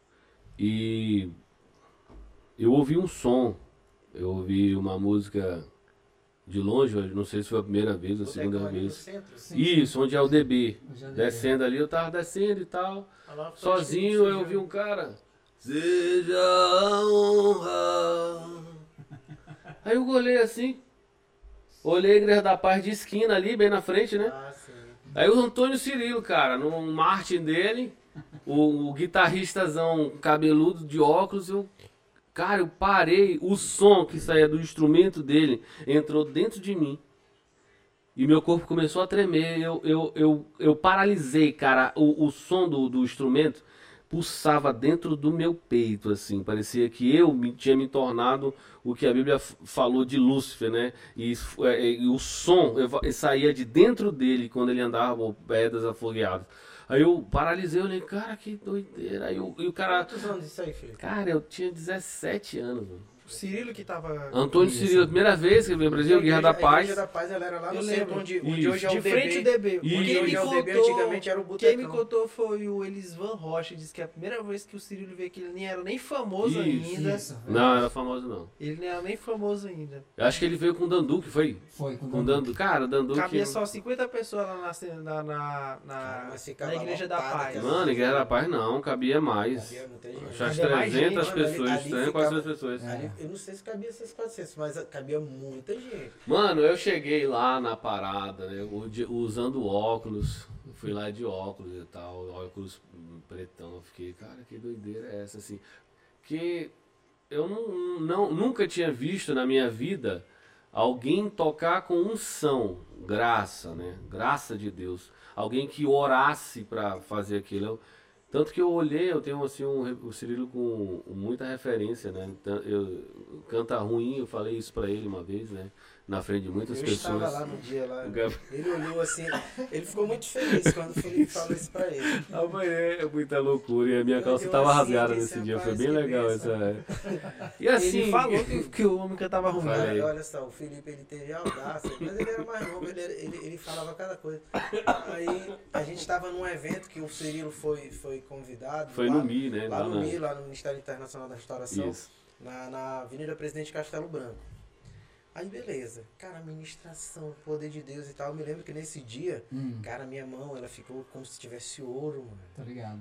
e eu ouvi um som, eu ouvi uma música de longe, não sei se foi a primeira vez ou a segunda vez. Centro? Sim, Isso, onde é o DB. já Descendo ali, eu tava descendo e tal. Lá foi Sozinho eu ouvi um cara. Seja a honra. Aí eu olhei assim. Olhei a Igreja da Paz de esquina ali, bem na frente, né? Ah, sim. Aí o Antônio Cirilo, cara, no Martin dele, o guitarristazão cabeludo de óculos, cara, eu parei, o som que saía do instrumento dele entrou dentro de mim. E meu corpo começou a tremer, eu paralisei, cara, o som do instrumento pulsava dentro do meu peito, assim, parecia que eu tinha me tornado o que a Bíblia falou de Lúcifer, né? E o som saía de dentro dele quando ele andava por pedras afogueadas. Aí eu paralisei, eu olhei, cara, que doideira. Aí o cara... Quantos anos isso aí, Felipe? Cara, eu tinha 17 anos, mano. O Cirilo que tava... Antônio Cirilo, a primeira vez que ele veio no Brasil, Guerra da A Paz. Igreja da Paz, ela era lá no Eu centro, lembro. onde Isso. hoje é o De DB. frente o DB. E Onde hoje é o DB, antigamente era o Quem me Botecão. contou foi o Elisvan Rocha, disse que a primeira vez que o Cirilo veio aqui, ele nem era nem famoso Isso. ainda. Isso, velho. Não, era famoso não. Ele não era nem famoso ainda. Eu acho que ele veio com o Dandu, que foi? Foi Com o Dandu. Cara, o Dandu Cabia que... só 50 pessoas lá Mas ficava na Igreja da lotada, Paz. cara. Mano, Guerra da Paz não, cabia mais. Havia muita gente. Acho que Cabia mais 300 gente, pessoas, ali 300, ficava- 400 pessoas. Ali, eu não sei se cabia essas 400, mas cabia muita gente. Mano, eu cheguei lá na parada, né, usando óculos, eu fui lá de óculos e tal, óculos pretão, eu fiquei, cara, que doideira é essa, assim, que eu nunca tinha visto na minha vida alguém tocar com unção, graça, né, graça de Deus, alguém que orasse pra fazer aquilo. Tanto que eu olhei, eu tenho assim o Cirilo com muita referência, né? Canta ruim, eu falei isso pra ele uma vez, né? na frente de muitas Eu pessoas. estava lá no dia lá. O Gabriel- Ele olhou assim, ele ficou muito feliz quando o Felipe falou isso pra ele. Rapaz, é muita loucura. E a minha Eu calça dei tava uma rasgada assim, nesse disse, dia. Foi rapaz, bem que legal bênção. essa. E assim. Ele falou que o homem cantava ruim. Falei. Olha só, o Felipe ele teve audácia, mas ele era mais novo, ele falava cada coisa. Aí a gente tava num evento que o Cirilo foi convidado. Foi lá, no MI, né? Lá no na- MI, lá no Ministério Internacional da Restauração, Isso. na Avenida Presidente Castelo Branco. Aí beleza, cara, ministração, poder de Deus e tal. Eu me lembro que nesse dia, cara, minha mão, ela ficou como se tivesse ouro, mano. Tá ligado.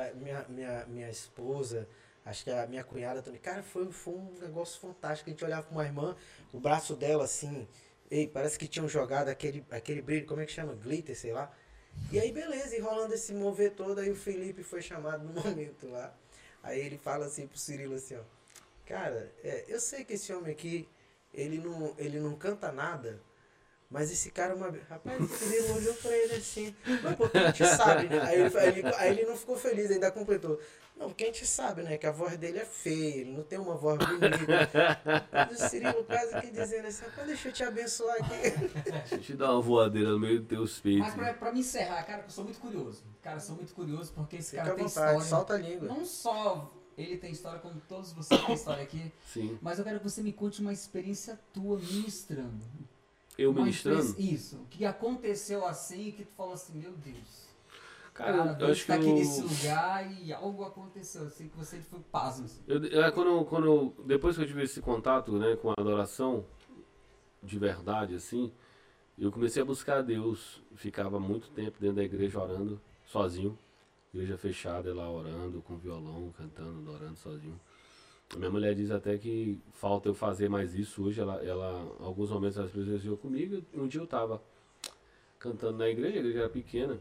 Minha esposa, acho que a minha cunhada também. Cara, foi um negócio fantástico. A gente olhava pra uma irmã, o braço dela assim, parece que tinham jogado aquele brilho, como é que chama? Glitter, sei lá. E aí, beleza, e rolando esse mover todo, aí o Felipe foi chamado no momento lá. Aí ele fala assim pro Cirilo assim, ó. Cara, eu sei que esse homem aqui, ele não canta nada, mas esse cara, rapaz, o Cirilo olhou pra ele assim, mas porque a gente sabe, né? Aí ele não ficou feliz, ainda completou. Não, porque a gente sabe, né, que a voz dele é feia, ele não tem uma voz bonita. E o Cirilo quase que dizendo assim, rapaz, deixa eu te abençoar aqui. Deixa eu te dar uma voadeira no meio dos teus peitos. Mas pra me encerrar, cara, eu sou muito curioso. Cara, eu sou muito curioso porque esse Fica cara à tem vontade, história. solta a língua. Não só ele tem história, como todos vocês têm história aqui. Sim. Mas eu quero que você me conte uma experiência tua ministrando. Eu Uma ministrando? Isso. O que aconteceu assim que tu falou assim, meu Deus. Cara, eu Deus acho que tá aqui nesse lugar e algo aconteceu. Assim que você foi pasmo. Assim. Depois que eu tive esse contato, né, com a adoração de verdade, assim, eu comecei a buscar a Deus. Ficava muito tempo dentro da igreja orando, sozinho. Igreja fechada, lá orando, com violão, cantando, adorando sozinho. A minha mulher diz até que falta eu fazer mais isso hoje. Alguns momentos ela presenciou comigo. Um dia eu tava cantando na igreja, a igreja era pequena.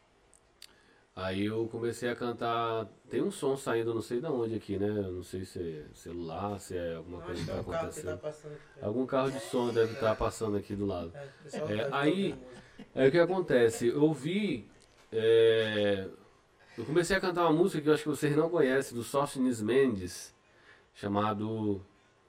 Aí eu comecei a cantar. Tem um som saindo, não sei de onde aqui, né? Eu não sei se é celular, se é alguma coisa que tá Acho que é um carro que tá acontecendo. passando aqui. Algum carro de som deve estar passando aqui do lado. O pessoal É, deve tá aí- ouvindo música. Aí o que acontece? Eu vi. Eu comecei a cantar uma música que eu acho que vocês não conhecem, do Sóstenes Mendes, chamado.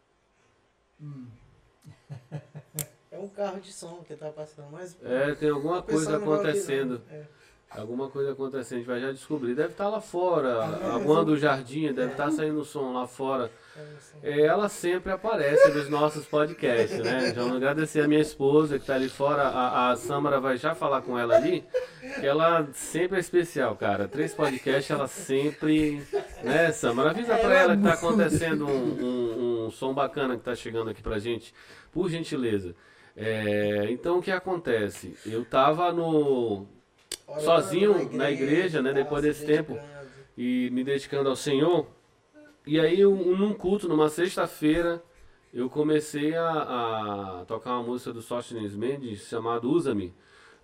É um carro de som que tá passando, mas... Tem alguma o pessoal coisa não vai ouvir, acontecendo. não. Alguma coisa acontecendo, a gente vai já descobrir. Deve estar lá fora, alguma do jardim, deve estar saindo som lá fora. Ela sempre aparece nos nossos podcasts, né? Já vou agradecer a minha esposa que está ali fora. A Samara vai já falar com ela ali, que ela sempre é especial, cara. 3 podcasts, ela sempre... Né, Samara? Avisa pra ela que tá acontecendo um som bacana que tá chegando aqui pra gente, por gentileza. Então, o que acontece? Eu tava sozinho na igreja, né, depois desse tempo, e me dedicando ao Senhor. E aí, num culto, numa sexta-feira, eu comecei a tocar uma música do Sóstenes Mendes chamada Usa-me.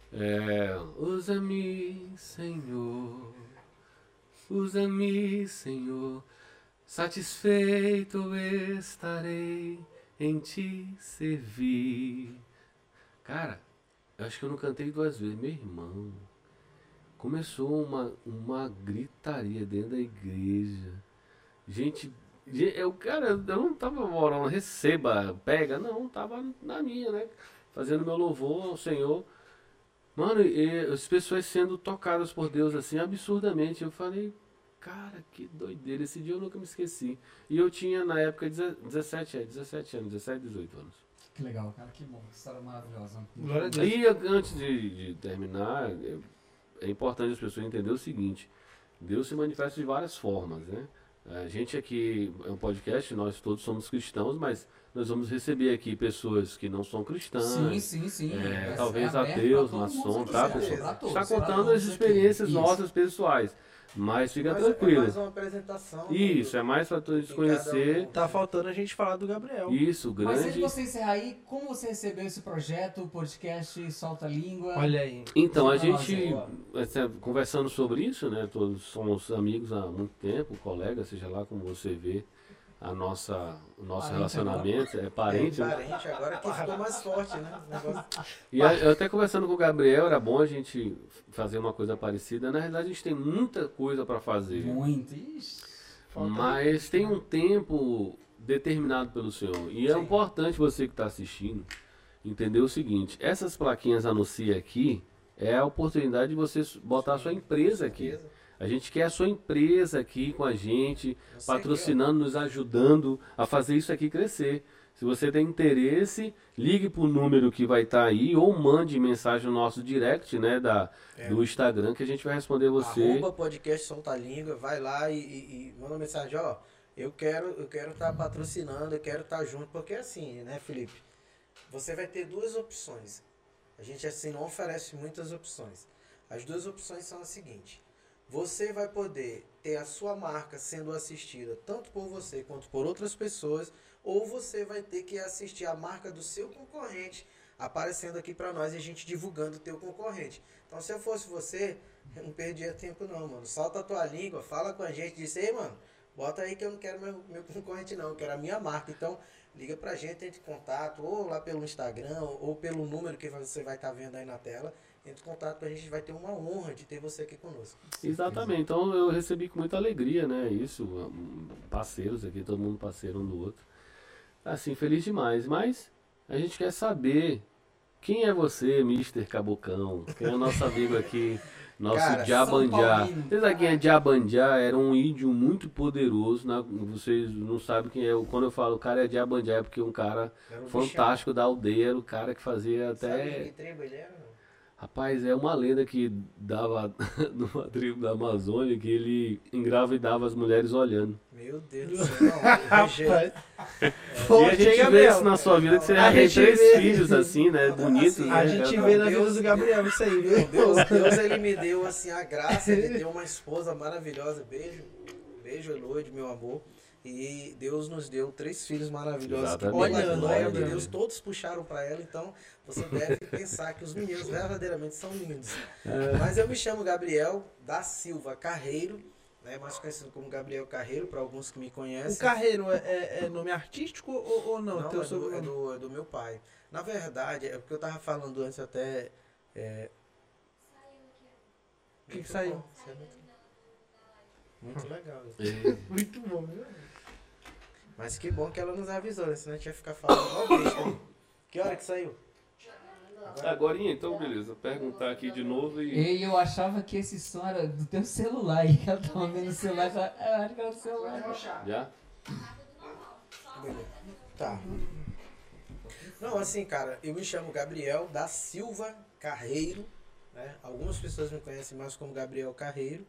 Usa-me, Senhor, usa-me, Senhor, satisfeito estarei em te servir. Cara, eu acho que eu não cantei 2 vezes, meu irmão. Começou uma gritaria dentro da igreja. Gente, eu não tava orando, receba, pega, não, tava na minha, né? Fazendo meu louvor ao Senhor. Mano, e as pessoas sendo tocadas por Deus assim, absurdamente. Eu falei, cara, que doideira, esse dia eu nunca me esqueci. E eu tinha, na época, 17 anos, 18 anos. Que legal, cara, que bom, que história maravilhosa. Glória a Deus. E antes de terminar, é importante as pessoas entenderem o seguinte: Deus se manifesta de várias formas, né? A gente aqui é um podcast, nós todos somos cristãos, mas nós vamos receber aqui pessoas que não são cristãs. Sim. Talvez aberto ateus, pra todo mundo, maçom, sim, tá, sim, pessoal? pra todos, Está pra contando todos as aqui. experiências Isso. nossas pessoais. Mas fica Mas tranquilo. É mais uma apresentação. Isso, é mais para todos de conhecer. cada um. Tá faltando a gente falar do Gabriel. Isso, Mas antes grande. de você encerrar aí, como você recebeu esse projeto, o podcast Solta a Língua? Olha aí. Então, a Fala pra nós gente, conversando sobre isso, né? Todos somos amigos há muito tempo, colegas, seja lá como você vê o nosso Parente relacionamento, é parente. né? Parente, agora que ficou mais forte, né? O negócio. E eu até conversando com o Gabriel, era bom a gente fazer uma coisa parecida. Na realidade, a gente tem muita coisa para fazer. Muito. Ixi. Mas tem um tempo determinado pelo Senhor. E é Sim. importante você que está assistindo entender o seguinte, essas plaquinhas anuncia aqui, é a oportunidade de você botar a sua empresa aqui. A gente quer a sua empresa aqui com a gente, patrocinando, nos ajudando a fazer isso aqui crescer. Se você tem interesse, ligue para o número que vai estar aí ou mande mensagem no nosso direct, né, do Instagram, que a gente vai responder você. @podcast Solta a Língua, vai lá e manda uma mensagem, ó, eu quero estar patrocinando, eu quero estar junto, porque assim, né, Felipe, você vai ter duas opções. A gente assim não oferece muitas opções. As duas opções são as seguintes. Você vai poder ter a sua marca sendo assistida tanto por você quanto por outras pessoas, ou você vai ter que assistir a marca do seu concorrente aparecendo aqui pra nós e a gente divulgando o teu concorrente. Então, se eu fosse você, eu não perdia tempo não, mano. Solta a tua língua, fala com a gente, diz, ei, mano, bota aí que eu não quero meu concorrente não, eu quero a minha marca. Então, liga pra gente, entre em contato, ou lá pelo Instagram, ou pelo número que você vai estar vendo aí na tela. Entre em contato, a gente vai ter uma honra de ter você aqui conosco. Exatamente, então eu recebi com muita alegria, né, isso, parceiros aqui, todo mundo parceiro um do outro. Assim, feliz demais, mas a gente quer saber quem é você, Mr. Cabocão, quem é o nosso amigo aqui, nosso Cara, Diabandiá. São Paulino. Vocês sabem quem é Diabandiá? Era um índio muito poderoso, né? Vocês não sabem quem é, quando eu falo o cara é Diabandiá é porque um cara Era um fantástico da aldeia, era o cara que fazia bichão. Sabe de até... que tribo ele era? Não? Rapaz, é uma lenda que dava numa tribo da Amazônia que ele engravidava as mulheres olhando. Meu Deus do céu. Não, rejeito. E a gente vê isso na sua vida, que você já tem 3 filhos assim, né? Bonitos, Assim, né? A gente vê na vida do Gabriel isso aí, viu? Deus ele me deu assim a graça de ter uma esposa maravilhosa. Beijo, Eloide, meu amor. E Deus nos deu 3 filhos maravilhosos. Exatamente. Que, pela Olhando, glória de olhando. Deus, todos puxaram para ela. Então, você deve pensar que os meninos verdadeiramente são lindos. Mas eu me chamo Gabriel da Silva Carreiro, né, mais conhecido como Gabriel Carreiro, para alguns que me conhecem. O Carreiro é nome artístico ou não? Não, Teu é sobrenome? do meu pai. Na verdade, é porque eu tava falando antes até... O que saiu? Isso é muito legal. Muito bom, viu? Mas que bom que ela nos avisou, né? Senão a gente ia ficar falando igual besta, né? Que hora que saiu? Agorinha, então beleza. Perguntar aqui de novo e... E eu achava que esse som era do teu celular. E ela tava vendo o celular. Eu acho que era do celular. Já? Beleza. Tá. Não, assim, cara, eu me chamo Gabriel da Silva Carreiro, né? Algumas pessoas me conhecem mais como Gabriel Carreiro.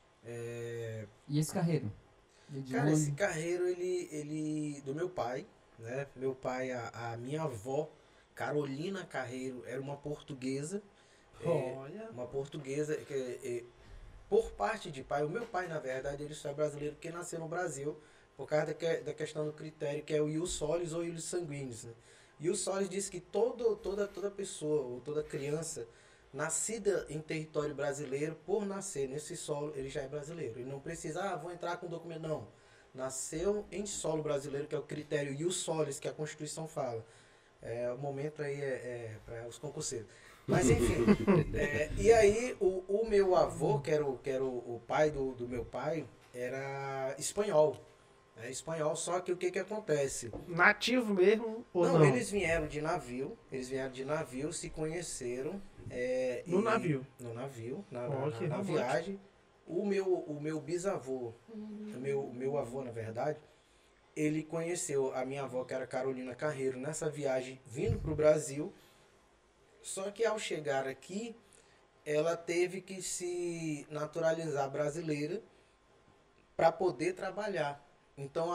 E esse carreiro? De Cara, olho. esse Carreiro, ele do meu pai, né? Meu pai, a minha avó, Carolina Carreiro, era uma portuguesa. Olha. Uma portuguesa que, por parte de pai, o meu pai, na verdade, ele só é brasileiro porque nasceu no Brasil, por causa da questão do critério, que é o ius solis ou ius sanguíneos, né? Ius solis diz que toda pessoa, ou toda criança, nascida em território brasileiro, por nascer nesse solo, ele já é brasileiro. Ele não precisa, vou entrar com documento, não. Nasceu em solo brasileiro, que é o critério ius solis, que a Constituição fala. O momento aí para os concurseiros. Mas enfim, e aí o meu avô, que era o pai do meu pai, era espanhol. Espanhol, só que o que acontece? Nativo mesmo ou não? Eles vieram de navio, se conheceram. No navio? No navio, na romântico. viagem. O meu bisavô, o meu avô, na verdade, ele conheceu a minha avó, que era Carolina Carreiro, nessa viagem vindo para o Brasil. Só que ao chegar aqui, ela teve que se naturalizar brasileira para poder trabalhar. Então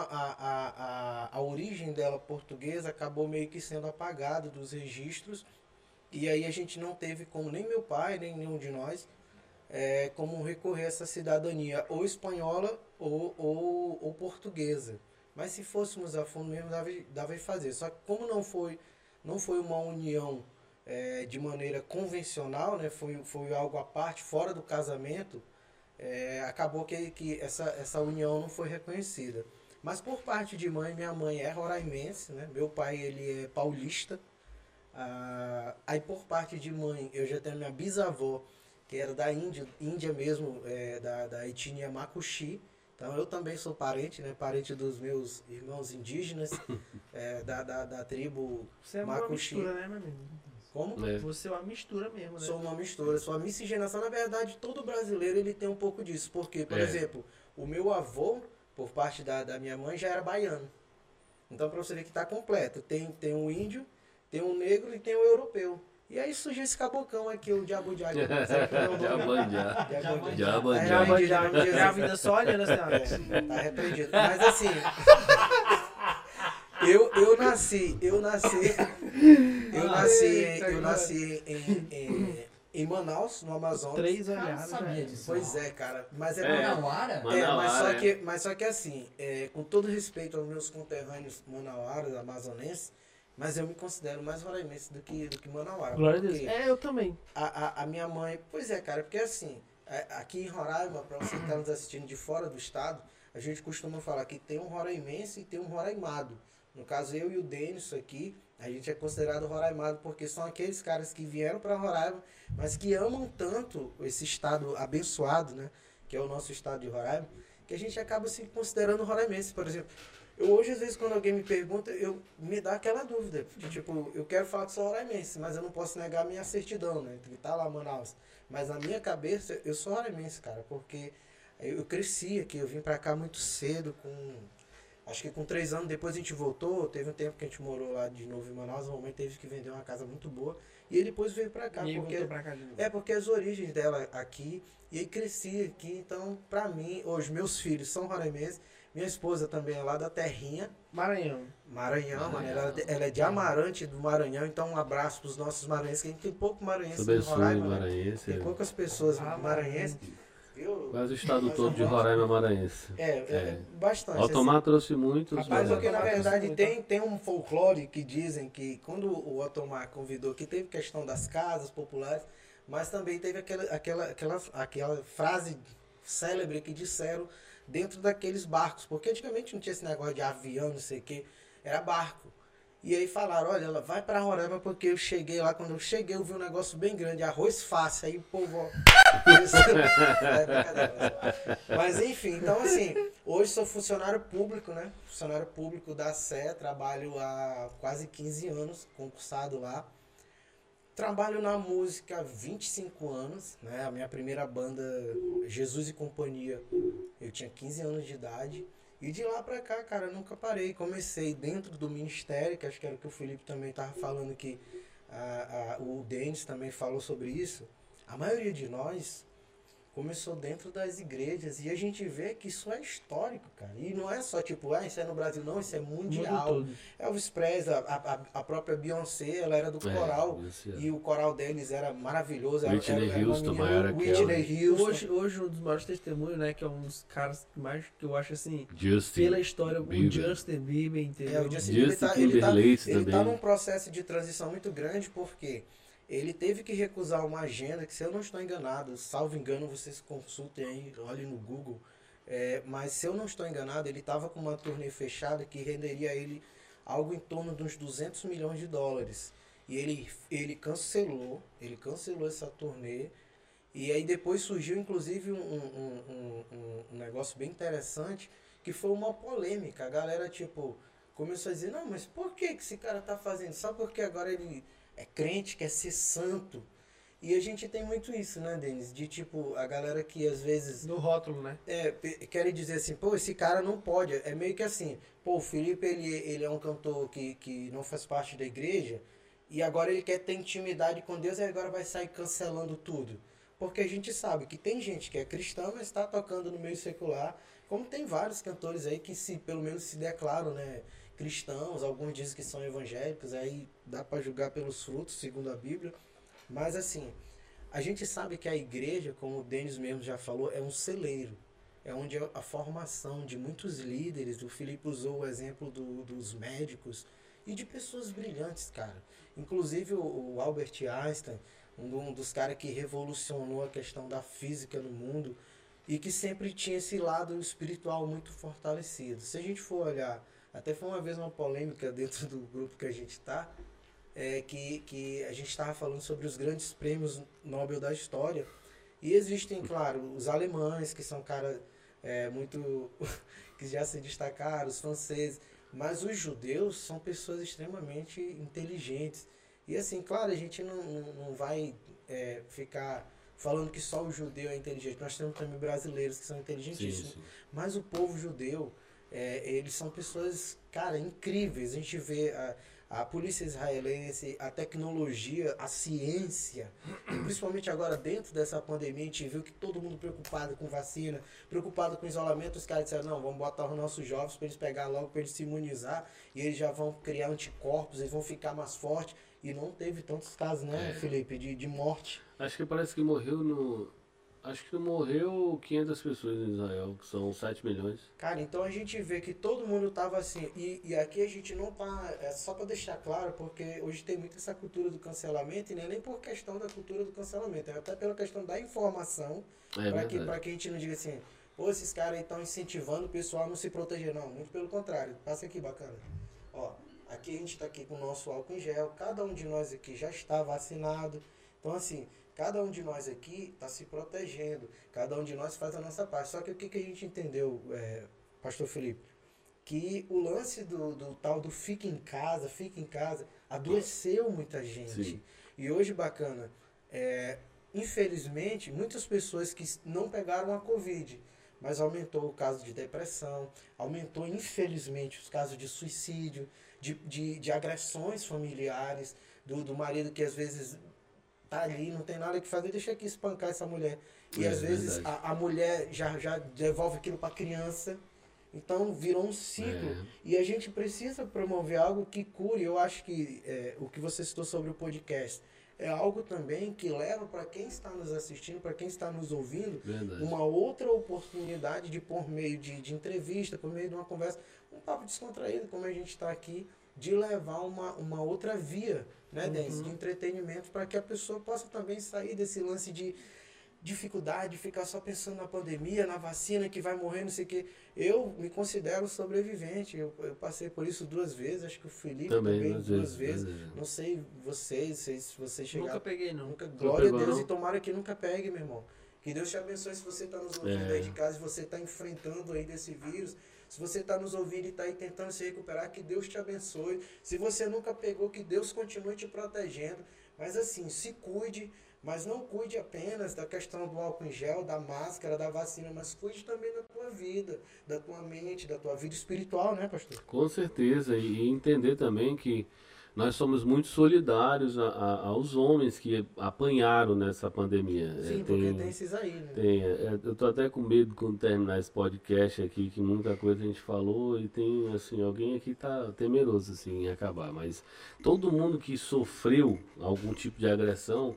a origem dela portuguesa acabou meio que sendo apagada dos registros. E aí a gente não teve como, nem meu pai, nem nenhum de nós, como recorrer a essa cidadania ou espanhola ou portuguesa. Mas se fôssemos a fundo mesmo, dava de fazer. Só que como não foi uma união de maneira convencional, né, foi algo à parte, fora do casamento, acabou que essa união não foi reconhecida. Mas por parte de mãe, minha mãe é roraimense, né? Meu pai ele é paulista. Aí por parte de mãe, eu já tenho minha bisavó, que era da Índia mesmo, da etnia Makuxi, Então eu também sou parente, né? Parente dos meus irmãos indígenas, da tribo Você é uma Macuxi. mistura, né, meu amigo? Como? É. Você é uma mistura mesmo, né? Sou uma mistura, sou uma miscigenação. Na verdade, todo brasileiro ele tem um pouco disso. Porque, por exemplo, o meu avô, por parte da minha mãe, já era baiano. Então, para você ver que está completo. Tem um índio, tem um negro e tem um europeu. E aí surgiu esse cabocão aqui, o Diabundiá. Já a vida só olhando assim, ó. Tá repreendido. Mas assim, eu nasci em Manaus, no Amazonas. 3 Cara, olhadas, não sabia velho. disso. Pois é, cara. Mas Manauara? mas só que assim, com todo respeito aos meus conterrâneos manauaras, amazonenses, mas eu me considero mais roraimense do que manauara. Glória a Deus. Porque Eu também. a minha mãe... Pois é, cara, porque assim, aqui em Roraima, para você que está nos assistindo de fora do estado, a gente costuma falar que tem um roraimense e tem um roraimado. No caso, eu e o Denis aqui, a gente é considerado roraimado porque são aqueles caras que vieram para Roraima, mas que amam tanto esse estado abençoado, né? Que é o nosso estado de Roraima, que a gente acaba se considerando roraimense. Por exemplo, eu hoje, às vezes, quando alguém me pergunta, me dá aquela dúvida. De, tipo, eu quero falar que sou roraimense, mas eu não posso negar a minha certidão, né? Que tá lá, Manaus. Mas na minha cabeça, eu sou roraimense, cara, porque eu cresci aqui, eu vim pra cá muito cedo, acho que com 3 anos, depois a gente voltou, teve um tempo que a gente morou lá de novo em Manaus, a mamãe teve que vender uma casa muito boa, e ele depois veio pra cá, E aí porque voltou pra cá de novo. porque as origens dela aqui, e aí cresci aqui, então pra mim, hoje meus filhos são roraimenses, minha esposa também é lá da terrinha, Maranhão. Maranhão, mano, ela é de Amarante do Maranhão, então um abraço pros nossos maranhenses, que a gente tem pouco maranhense no Roraima, né? maranhense. Tem poucas pessoas maranhenses. Quase o estado todo de Roraima maranhense. Bastante. Otomar trouxe muitos. Rapaz, porque na Otomar verdade trouxe tem um folclore que dizem que quando o Otomar convidou, que teve questão das casas populares, mas também teve aquela frase célebre que disseram dentro daqueles barcos, porque antigamente não tinha esse negócio de avião, não sei o que, era barco. E aí falaram, olha, ela vai pra Roraima porque eu cheguei lá, quando eu cheguei eu vi um negócio bem grande, arroz fácil, aí o povo... Mas enfim, então assim, hoje sou funcionário público, né? Funcionário público da Sé, trabalho há quase 15 anos, concursado lá. Trabalho na música há 25 anos, né? A minha primeira banda, Jesus e Companhia, eu tinha 15 anos de idade. E de lá pra cá, cara, eu nunca parei. Comecei dentro do ministério, que acho que era o que o Felipe também tava falando, que o Denis também falou sobre isso. A maioria de nós começou dentro das igrejas e a gente vê que isso é histórico, cara. E não é só tipo, isso é no Brasil, não, isso é mundial. Elvis Presley, a própria Beyoncé, ela era do coral e o coral deles era maravilhoso. Whitney Houston, Mariah Carey. Hoje um dos maiores testemunhos, né, que é um dos caras mais que eu acho assim, Justin pela história, Bieber. o Justin Bieber, entendeu? O Justin Timberlake ele tá também. num processo de transição muito grande porque ele teve que recusar uma agenda que, se eu não estou enganado, salvo engano, vocês consultem aí, olhem no Google, mas se eu não estou enganado, ele estava com uma turnê fechada que renderia a ele algo em torno de uns 200 milhões de dólares. E ele cancelou essa turnê. E aí depois surgiu, inclusive, um negócio bem interessante, que foi uma polêmica. A galera, tipo, começou a dizer, não, mas por que esse cara tá fazendo? Só porque agora ele é crente, quer ser santo. E a gente tem muito isso, né, Denis? De tipo, a galera que às vezes... No rótulo, né? Querem dizer assim, pô, esse cara não pode. É meio que assim, pô, o Felipe, ele é um cantor que não faz parte da igreja, e agora ele quer ter intimidade com Deus e agora vai sair cancelando tudo. Porque a gente sabe que tem gente que é cristã, mas está tocando no meio secular, como tem vários cantores aí que pelo menos se declaram, né, cristãos, alguns dizem que são evangélicos, aí dá para julgar pelos frutos, segundo a Bíblia. Mas assim, a gente sabe que a igreja, como o Denis mesmo já falou, é um celeiro. É onde a formação de muitos líderes, o Felipe usou o exemplo dos médicos e de pessoas brilhantes, cara. Inclusive o Albert Einstein, um dos caras que revolucionou a questão da física no mundo e que sempre tinha esse lado espiritual muito fortalecido. Se a gente for olhar, até foi uma vez uma polêmica dentro do grupo que a gente está, que a gente estava falando sobre os grandes prêmios Nobel da história. E existem, claro, os alemães, que são caras muito que já se destacaram, os franceses. Mas os judeus são pessoas extremamente inteligentes. E assim, claro, a gente não vai ficar falando que só o judeu é inteligente. Nós temos também brasileiros que são inteligentíssimos. Sim. Mas o povo judeu, eles são pessoas, cara, incríveis. A gente vê a polícia israelense, a tecnologia, a ciência. Principalmente agora, dentro dessa pandemia, a gente viu que todo mundo preocupado com vacina, preocupado com isolamento. Os caras disseram, não, vamos botar os nossos jovens para eles pegar logo, para eles se imunizar. E eles já vão criar anticorpos, eles vão ficar mais fortes. E não teve tantos casos, né, Felipe, de morte. Acho que parece que acho que morreu 500 pessoas em Israel, que são 7 milhões. Cara, então a gente vê que todo mundo tava assim, e aqui a gente não tá, só para deixar claro, porque hoje tem muito essa cultura do cancelamento, e não é nem por questão da cultura do cancelamento, é até pela questão da informação, para que a gente não diga assim, pô, esses caras aí estão incentivando o pessoal a não se proteger, não, muito pelo contrário, passa aqui, bacana. Ó, aqui a gente está aqui com o nosso álcool em gel, cada um de nós aqui já está vacinado, então assim, cada um de nós aqui está se protegendo, cada um de nós faz a nossa parte. Só que o que a gente entendeu, Pastor Felipe? Que o lance do tal do fica em casa, adoeceu muita gente. Sim. E hoje, bacana, infelizmente, muitas pessoas que não pegaram a Covid, mas aumentou o caso de depressão, aumentou, infelizmente, os casos de suicídio, de agressões familiares, do marido que às vezes tá ali, não tem nada que fazer, deixa aqui espancar essa mulher. E às vezes a mulher já devolve aquilo para a criança. Então virou um ciclo. E a gente precisa promover algo que cure. Eu acho que o que você citou sobre o podcast é algo também que leva para quem está nos assistindo, para quem está nos ouvindo, uma outra oportunidade de, por meio de entrevista, por meio de uma conversa, um papo descontraído, como a gente está aqui, de levar uma outra via, né, Dennis, de entretenimento, para que a pessoa possa também sair desse lance de dificuldade, de ficar só pensando na pandemia, na vacina, que vai morrer, não sei o quê. Eu me considero sobrevivente, eu passei por isso 2 vezes, acho que o Felipe também 2 vezes. Não sei se vocês chegaram. Nunca peguei, não. Glória a Deus, e tomara que nunca pegue, meu irmão. Que Deus te abençoe se você está nos ouvindo aí de casa, se você está enfrentando aí desse vírus. Se você está nos ouvindo e está aí tentando se recuperar, que Deus te abençoe. Se você nunca pegou, que Deus continue te protegendo. Mas assim, se cuide, mas não cuide apenas da questão do álcool em gel, da máscara, da vacina, mas cuide também da tua vida, da tua mente, da tua vida espiritual, né, pastor? Com certeza, e entender também que nós somos muito solidários aos homens que apanharam nessa pandemia. Sim, porque tem esses aí, né? Eu tô até com medo quando terminar esse podcast aqui, que muita coisa a gente falou e tem, assim, alguém aqui tá temeroso, assim, em acabar. Mas todo mundo que sofreu algum tipo de agressão,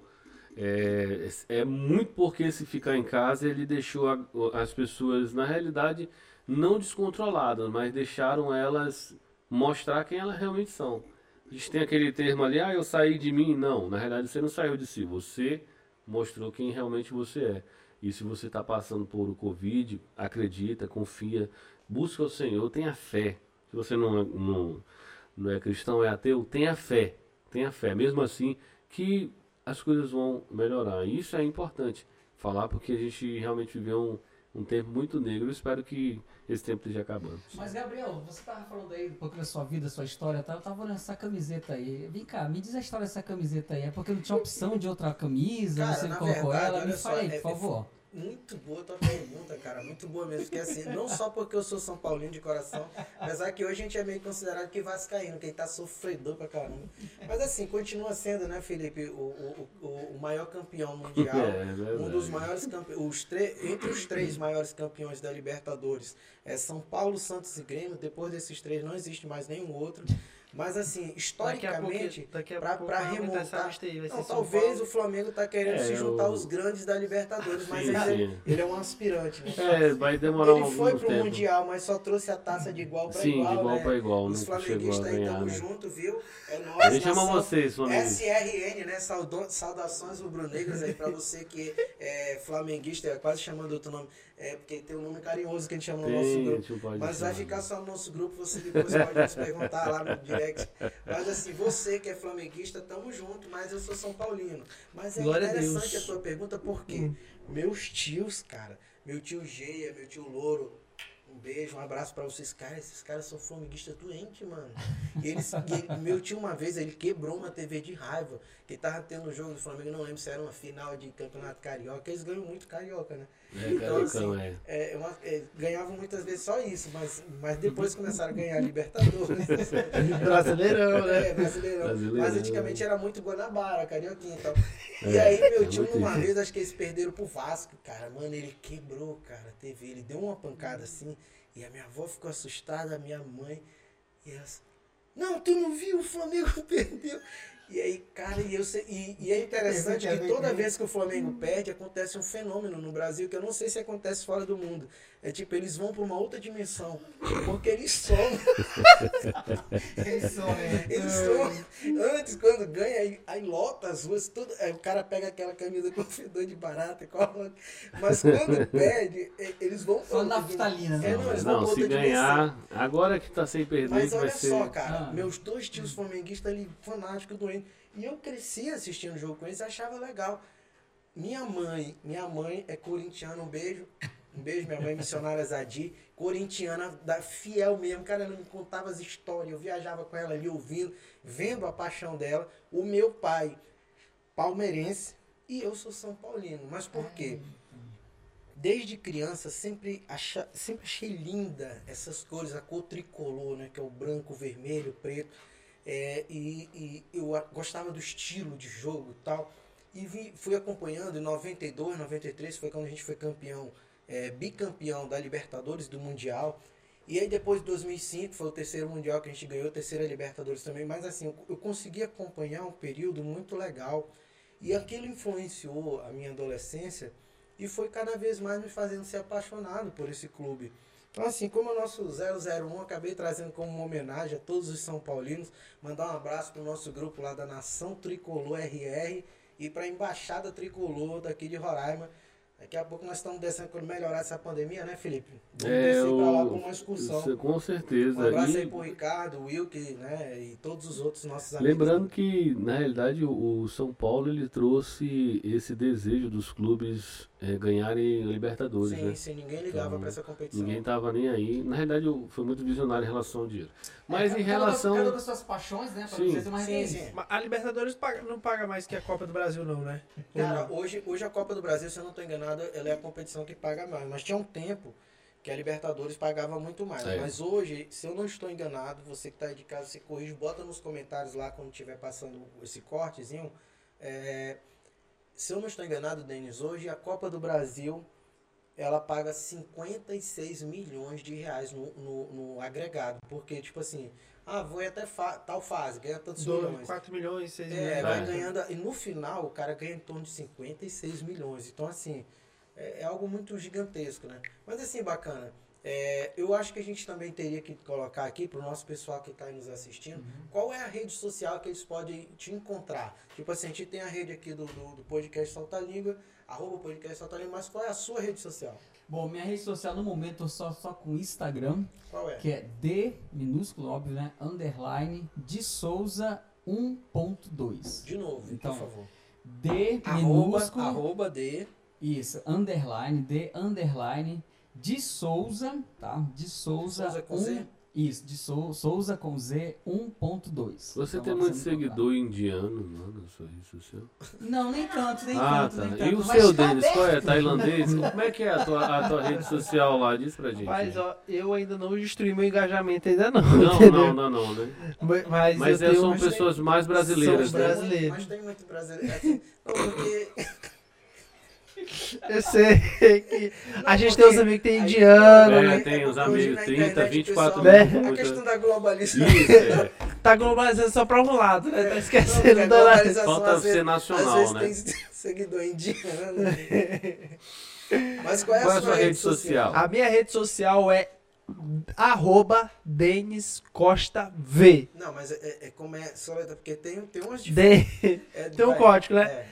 é muito porque se ficar em casa ele deixou as pessoas, na realidade, não descontroladas, mas deixaram elas mostrar quem elas realmente são. A gente tem aquele termo ali, eu saí de mim. Não, na realidade você não saiu de si, você mostrou quem realmente você é. E se você está passando por o Covid, acredita, confia, busca o Senhor, tenha fé. Se você não é cristão, é ateu, tenha fé. Tenha fé, mesmo assim que as coisas vão melhorar. E isso é importante falar, porque a gente realmente viveu um tempo muito negro. Eu espero que esse tempo esteja acabando. Mas, Gabriel, você estava falando aí um pouco da sua vida, sua história, tá? Eu tava olhando essa camiseta aí. Vem cá, me diz a história dessa camiseta aí. É porque não tinha opção de outra camisa? Cara, você na colocou verdade, ela? Me olha só, fala aí, por favor. Muito boa a tua pergunta, cara. Muito boa mesmo. Porque assim, não só porque eu sou São Paulino de coração, apesar que hoje a gente é meio considerado que vascaíno, quem tá sofredor pra caramba. Mas assim, continua sendo, né, Felipe, o maior campeão mundial. Um dos maiores campeões. Entre os 3 maiores campeões da Libertadores é São Paulo, Santos e Grêmio. Depois desses 3 não existe mais nenhum outro. Mas assim, historicamente, para remontar, não, talvez o Flamengo tá querendo se juntar aos grandes da Libertadores, mas ele é um aspirante, né? Vai demorar ele foi pro tempo. Mundial, mas só trouxe a taça de igual para igual, de igual né? para igual. Os flamenguistas aí tamo junto, viu? É nóis. A gente ama vocês, SRN, né? Saudações rubro-negras aí para você que é flamenguista, quase chamando outro nome. Porque tem um nome carinhoso que a gente chama no nosso grupo. Mas vai ficar só no nosso grupo, você depois pode nos perguntar lá no direct. Mas assim, você que é flamenguista, tamo junto, mas eu sou São Paulino. Mas é interessante a tua pergunta, porque meus tios, cara, meu tio Geia, meu tio Louro. Um beijo, um abraço pra vocês. Cara, esses caras são flamenguistas doentes, mano. Meu tio, uma vez, ele quebrou uma TV de raiva. Que tava tendo um jogo do Flamengo, não lembro se era uma final de campeonato carioca. Eles ganham muito carioca, né? Então, assim, ganhavam muitas vezes só isso. Mas depois começaram a ganhar Libertadores. Brasileirão, né? Brasileirão. Mas antigamente era muito Guanabara, carioquinha e tal. E aí, meu tio, uma vez, acho que eles perderam pro Vasco, cara. Mano, ele quebrou, cara, a TV. Ele deu uma pancada assim. E a minha avó ficou assustada, a minha mãe. E ela assim, não, tu não viu? O Flamengo perdeu. E aí, cara, e é interessante que toda vez que o Flamengo perde, acontece um fenômeno no Brasil que eu não sei se acontece fora do mundo. É tipo, eles vão para uma outra dimensão. Porque eles somem. Eles somem. Antes, quando ganha, aí lota as ruas, tudo. Aí o cara pega aquela camisa com fedor de barata e coloca. Mas quando perde, eles vão só naftalina, né? Não, se ganhar, agora que tá sem perder, mas olha vai ser... só, cara, meus dois tios flamenguistas ali, fanáticos, doentes. E eu cresci assistindo o jogo com eles e achava legal. Minha mãe é corintiana, um beijo, minha mãe missionária Zadi, corintiana, fiel mesmo, cara, ela me contava as histórias, eu viajava com ela ali ouvindo, vendo a paixão dela. O meu pai, palmeirense, e eu sou São Paulino. Mas por quê? Desde criança, sempre achei linda essas cores, a cor tricolor, né, que é o branco, o vermelho, o preto. E eu gostava do estilo de jogo e tal. E fui acompanhando em 92, 93, foi quando a gente foi campeão, bicampeão da Libertadores, do Mundial. E aí depois de 2005, foi o terceiro Mundial que a gente ganhou, a terceira Libertadores também. Mas assim, eu consegui acompanhar um período muito legal. E aquilo influenciou a minha adolescência e foi cada vez mais me fazendo ser apaixonado por esse clube. Então, assim, como o nosso 001, acabei trazendo como uma homenagem a todos os São Paulinos, mandar um abraço para o nosso grupo lá da Nação Tricolor RR e para a Embaixada Tricolor daqui de Roraima. Daqui a pouco nós estamos descendo quando melhorar essa pandemia, né, Felipe? Vamos descer para lá com uma excursão. Com certeza. Um abraço aí pro Ricardo, o Wilke, né, e todos os outros nossos amigos. Lembrando que, na realidade, o São Paulo ele trouxe esse desejo dos clubes ganharem a Libertadores, sim, né? Sim, ninguém ligava para essa competição. Ninguém tava nem aí. Na realidade, foi muito visionário em relação ao dinheiro. Mas em relação... Cada das suas paixões, né? Pra você ter uma sim. A Libertadores não paga mais que a Copa do Brasil, não, né? Cara, hoje a Copa do Brasil, se eu não estou enganado, ela é a competição que paga mais. Mas tinha um tempo que a Libertadores pagava muito mais. Mas hoje, se eu não estou enganado, você que está aí de casa, se corrige, bota nos comentários lá quando estiver passando esse cortezinho. Se eu não estou enganado, Denis, hoje a Copa do Brasil, ela paga 56 milhões de reais no agregado. Porque, tipo assim, vou até tal fase, ganha tantos milhões. 4 milhões, 6 milhões. Vai ganhando, e no final o cara ganha em torno de 56 milhões. Então, assim, é algo muito gigantesco, né? Mas, assim, bacana. Eu acho que a gente também teria que colocar aqui para o nosso pessoal que está aí nos assistindo, qual é a rede social que eles podem te encontrar. Tipo assim, a gente tem a rede aqui do podcast Solta a Língua, @podcast Solta a Língua, mas qual é a sua rede social? Bom, minha rede social no momento eu só com Instagram. Qual é? Que é D, minúsculo, óbvio, né? _ de Souza 1.2. De novo, então, por favor. D, minúsculo. D. Isso, underline, D, underline, de Souza, tá? De Souza. Souza com Z? Isso, de Souza com Z 1.2. Você tem muito seguidor indiano, mano, sua rede social? Não, nem tanto, nem tanto. E o seu, Denis, qual é? Tailandês? Como é que é a tua rede social lá? Diz pra gente. Mas, eu ainda não destruí meu engajamento, ainda não. Não, né? Mas são pessoas mais brasileiras, né? Mas tem muito brasileiro. Assim, porque... Eu sei que a gente tem uns amigos que tem indiano. Tem uns amigos, 30, 24 mil. A questão da globalização. Isso, Tá globalizando só pra um lado, né? Tá esquecendo da globalização. Falta ser nacional, às vezes tem seguidor indiano. Mas qual é a sua rede social? A minha rede social é @DenisCostaV. Não, mas como é só letra, porque tem umas diferentes. Tem um código, né?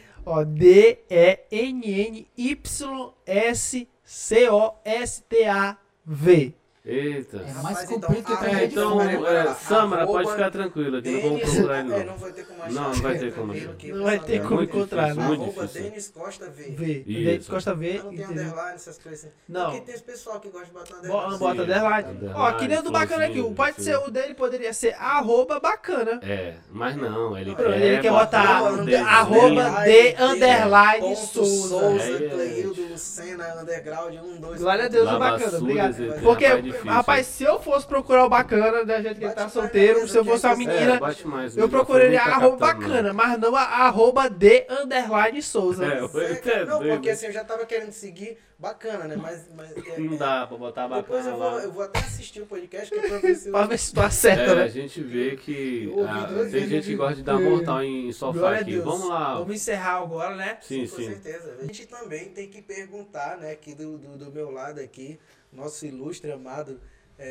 DENNYSCOSTAV. Eita. É Rapaz, mais então, comprido que arroba- pé de Então, fogo. Samara, pode Arroba ficar tranquila, que não vamos Denis- procurar ele É, não. não vai ter como achar. Não vai ter como Tranquilo achar. que Não vai você ter sabe. como Muito encontrar, difícil, né? muito Arroba difícil. Denis Costa V. V. Isso. Denis Costa V. Mas não tem entendeu? underline, essas coisas assim. Não. Porque tem esse pessoal que gosta de botar underline. Bota Sim. underline. Underline, Ó, que nem o do bacana aqui. florzinha, Pode sim. ser, o dele poderia ser arroba bacana. É, mas não, ele Pronto, quer, ele quer botar um desenho. arroba de underline Souza. É, Cleildo, Lucena, Underground, 1, 2. Glória a Deus, o Lava bacana. Sudas, Obrigado. esse Porque, rapaz é difícil, rapaz, hein? se eu fosse procurar o bacana, da gente que ele tá Bate solteiro, mais se eu aqui, fosse uma que você- menina, bate mais, eu o procuraria microfone tá arroba captando, bacana, mas não a arroba de underline Souza. É, Você- é não, doido. porque assim, eu já tava querendo seguir, bacana, né? Mas Não dá pra botar Depois bacana lá. eu vou até assistir o podcast, que é pra ver se eu... Pra ver se tu acerta, É, a né? gente vê que Eu ouvi duas tem vezes, gente que eu gosta de dar mortal em sofá Glória a aqui. Deus. Vamos lá. Vamos encerrar agora, né? Sim, Com sim. certeza. A gente também tem que perguntar, né, aqui do meu lado aqui, nosso ilustre, amado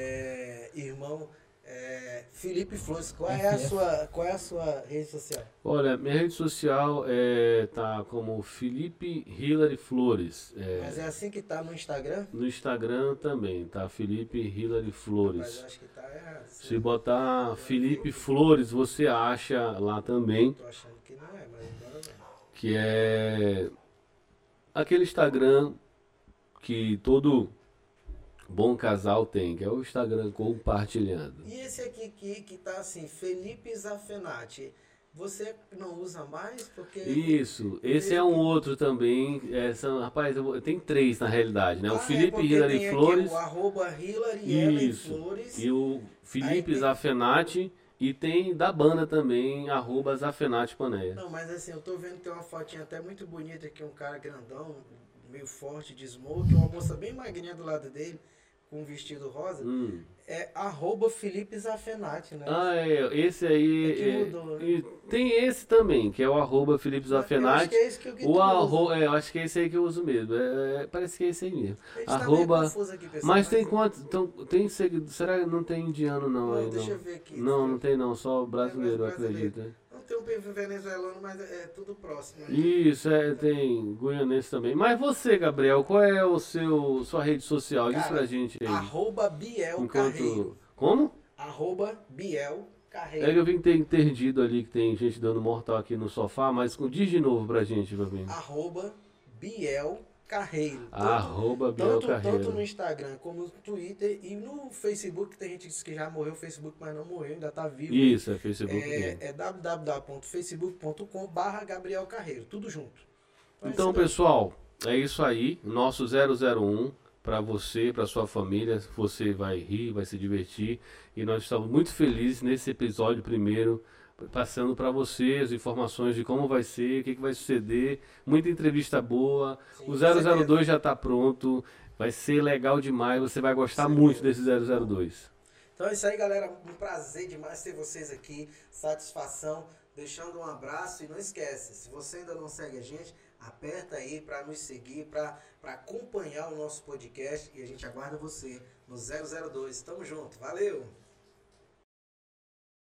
irmão Felipe Flores, qual é a sua rede social? Olha, minha rede social tá como Felipe Hilary Flores. Mas é assim que tá no Instagram? No Instagram também, tá? Felipe Hilary Mas Flores. eu acho que tá errado. Se botar Felipe Flores, você acha lá também, Tô achando que não é, mas agora vai. que é aquele Instagram que todo bom casal tem, que é o Instagram compartilhando. E esse aqui que tá assim, Felipe Zafenati, você não usa mais? Porque... Isso, esse é um outro também. Rapaz, tem três na realidade, né? O Felipe porque Hilary tem aqui Flores o arroba Hilary Ellen Isso. Flores. e o Felipe tem- Zafenati. E tem da banda também, arroba Zafenati Paneia. Não, mas assim, eu tô vendo que tem uma fotinha até muito bonita aqui, um cara grandão, meio forte de smoke, uma moça bem magrinha do lado dele, com um vestido rosa. É arroba Felipe Zafenati, né? Esse aí. É que mudou, né? E tem esse também, que é o arroba Felipe Eu acho Zafenati. que é esse que eu O arroba, eu acho que é esse aí que eu uso mesmo. Parece que é esse aí mesmo. A gente tá arroba- meio confuso aqui, pessoal, Mas tem quantos? Então, tem seguidor. Será que não tem indiano não, Não, aí? deixa Não, eu ver aqui. não tem não, só brasileiro, eu brasileiro. acredito. Não tem um venezuelano, mas é tudo próximo. Né? Isso, tem guianense também. Mas você, Gabriel, qual é sua rede social? Diz Cara, pra gente aí. Arroba Biel Carreiro. Como? Arroba Biel É Carreiro. que eu vim ter entendido ali que tem gente dando mortal aqui no sofá, mas diz de novo pra gente, Fabinho. Arroba Biel Carreiro. Arroba Biel Tanto no Carreiro. Instagram como no Twitter e no Facebook, tem gente que diz que já morreu o Facebook, mas não morreu, ainda tá vivo. Isso, é Facebook. É www.facebook.com/Gabriel Carreiro, tudo junto. Então, pessoal, é isso aí. Nosso 001 para você, para sua família. Você vai rir, vai se divertir. E nós estamos muito felizes nesse episódio primeiro, passando para você as informações de como vai ser, o que vai suceder. Muita entrevista boa. Sim, O com certeza. 002 já está pronto. Vai ser legal demais. Você vai gostar Sim. muito desse 002. Então é isso aí, galera. Um prazer demais ter vocês aqui. Satisfação. Deixando um abraço. E não esquece, se você ainda não segue a gente, aperta aí para nos seguir, para acompanhar o nosso podcast. E a gente aguarda você no 002. Tamo junto. Valeu!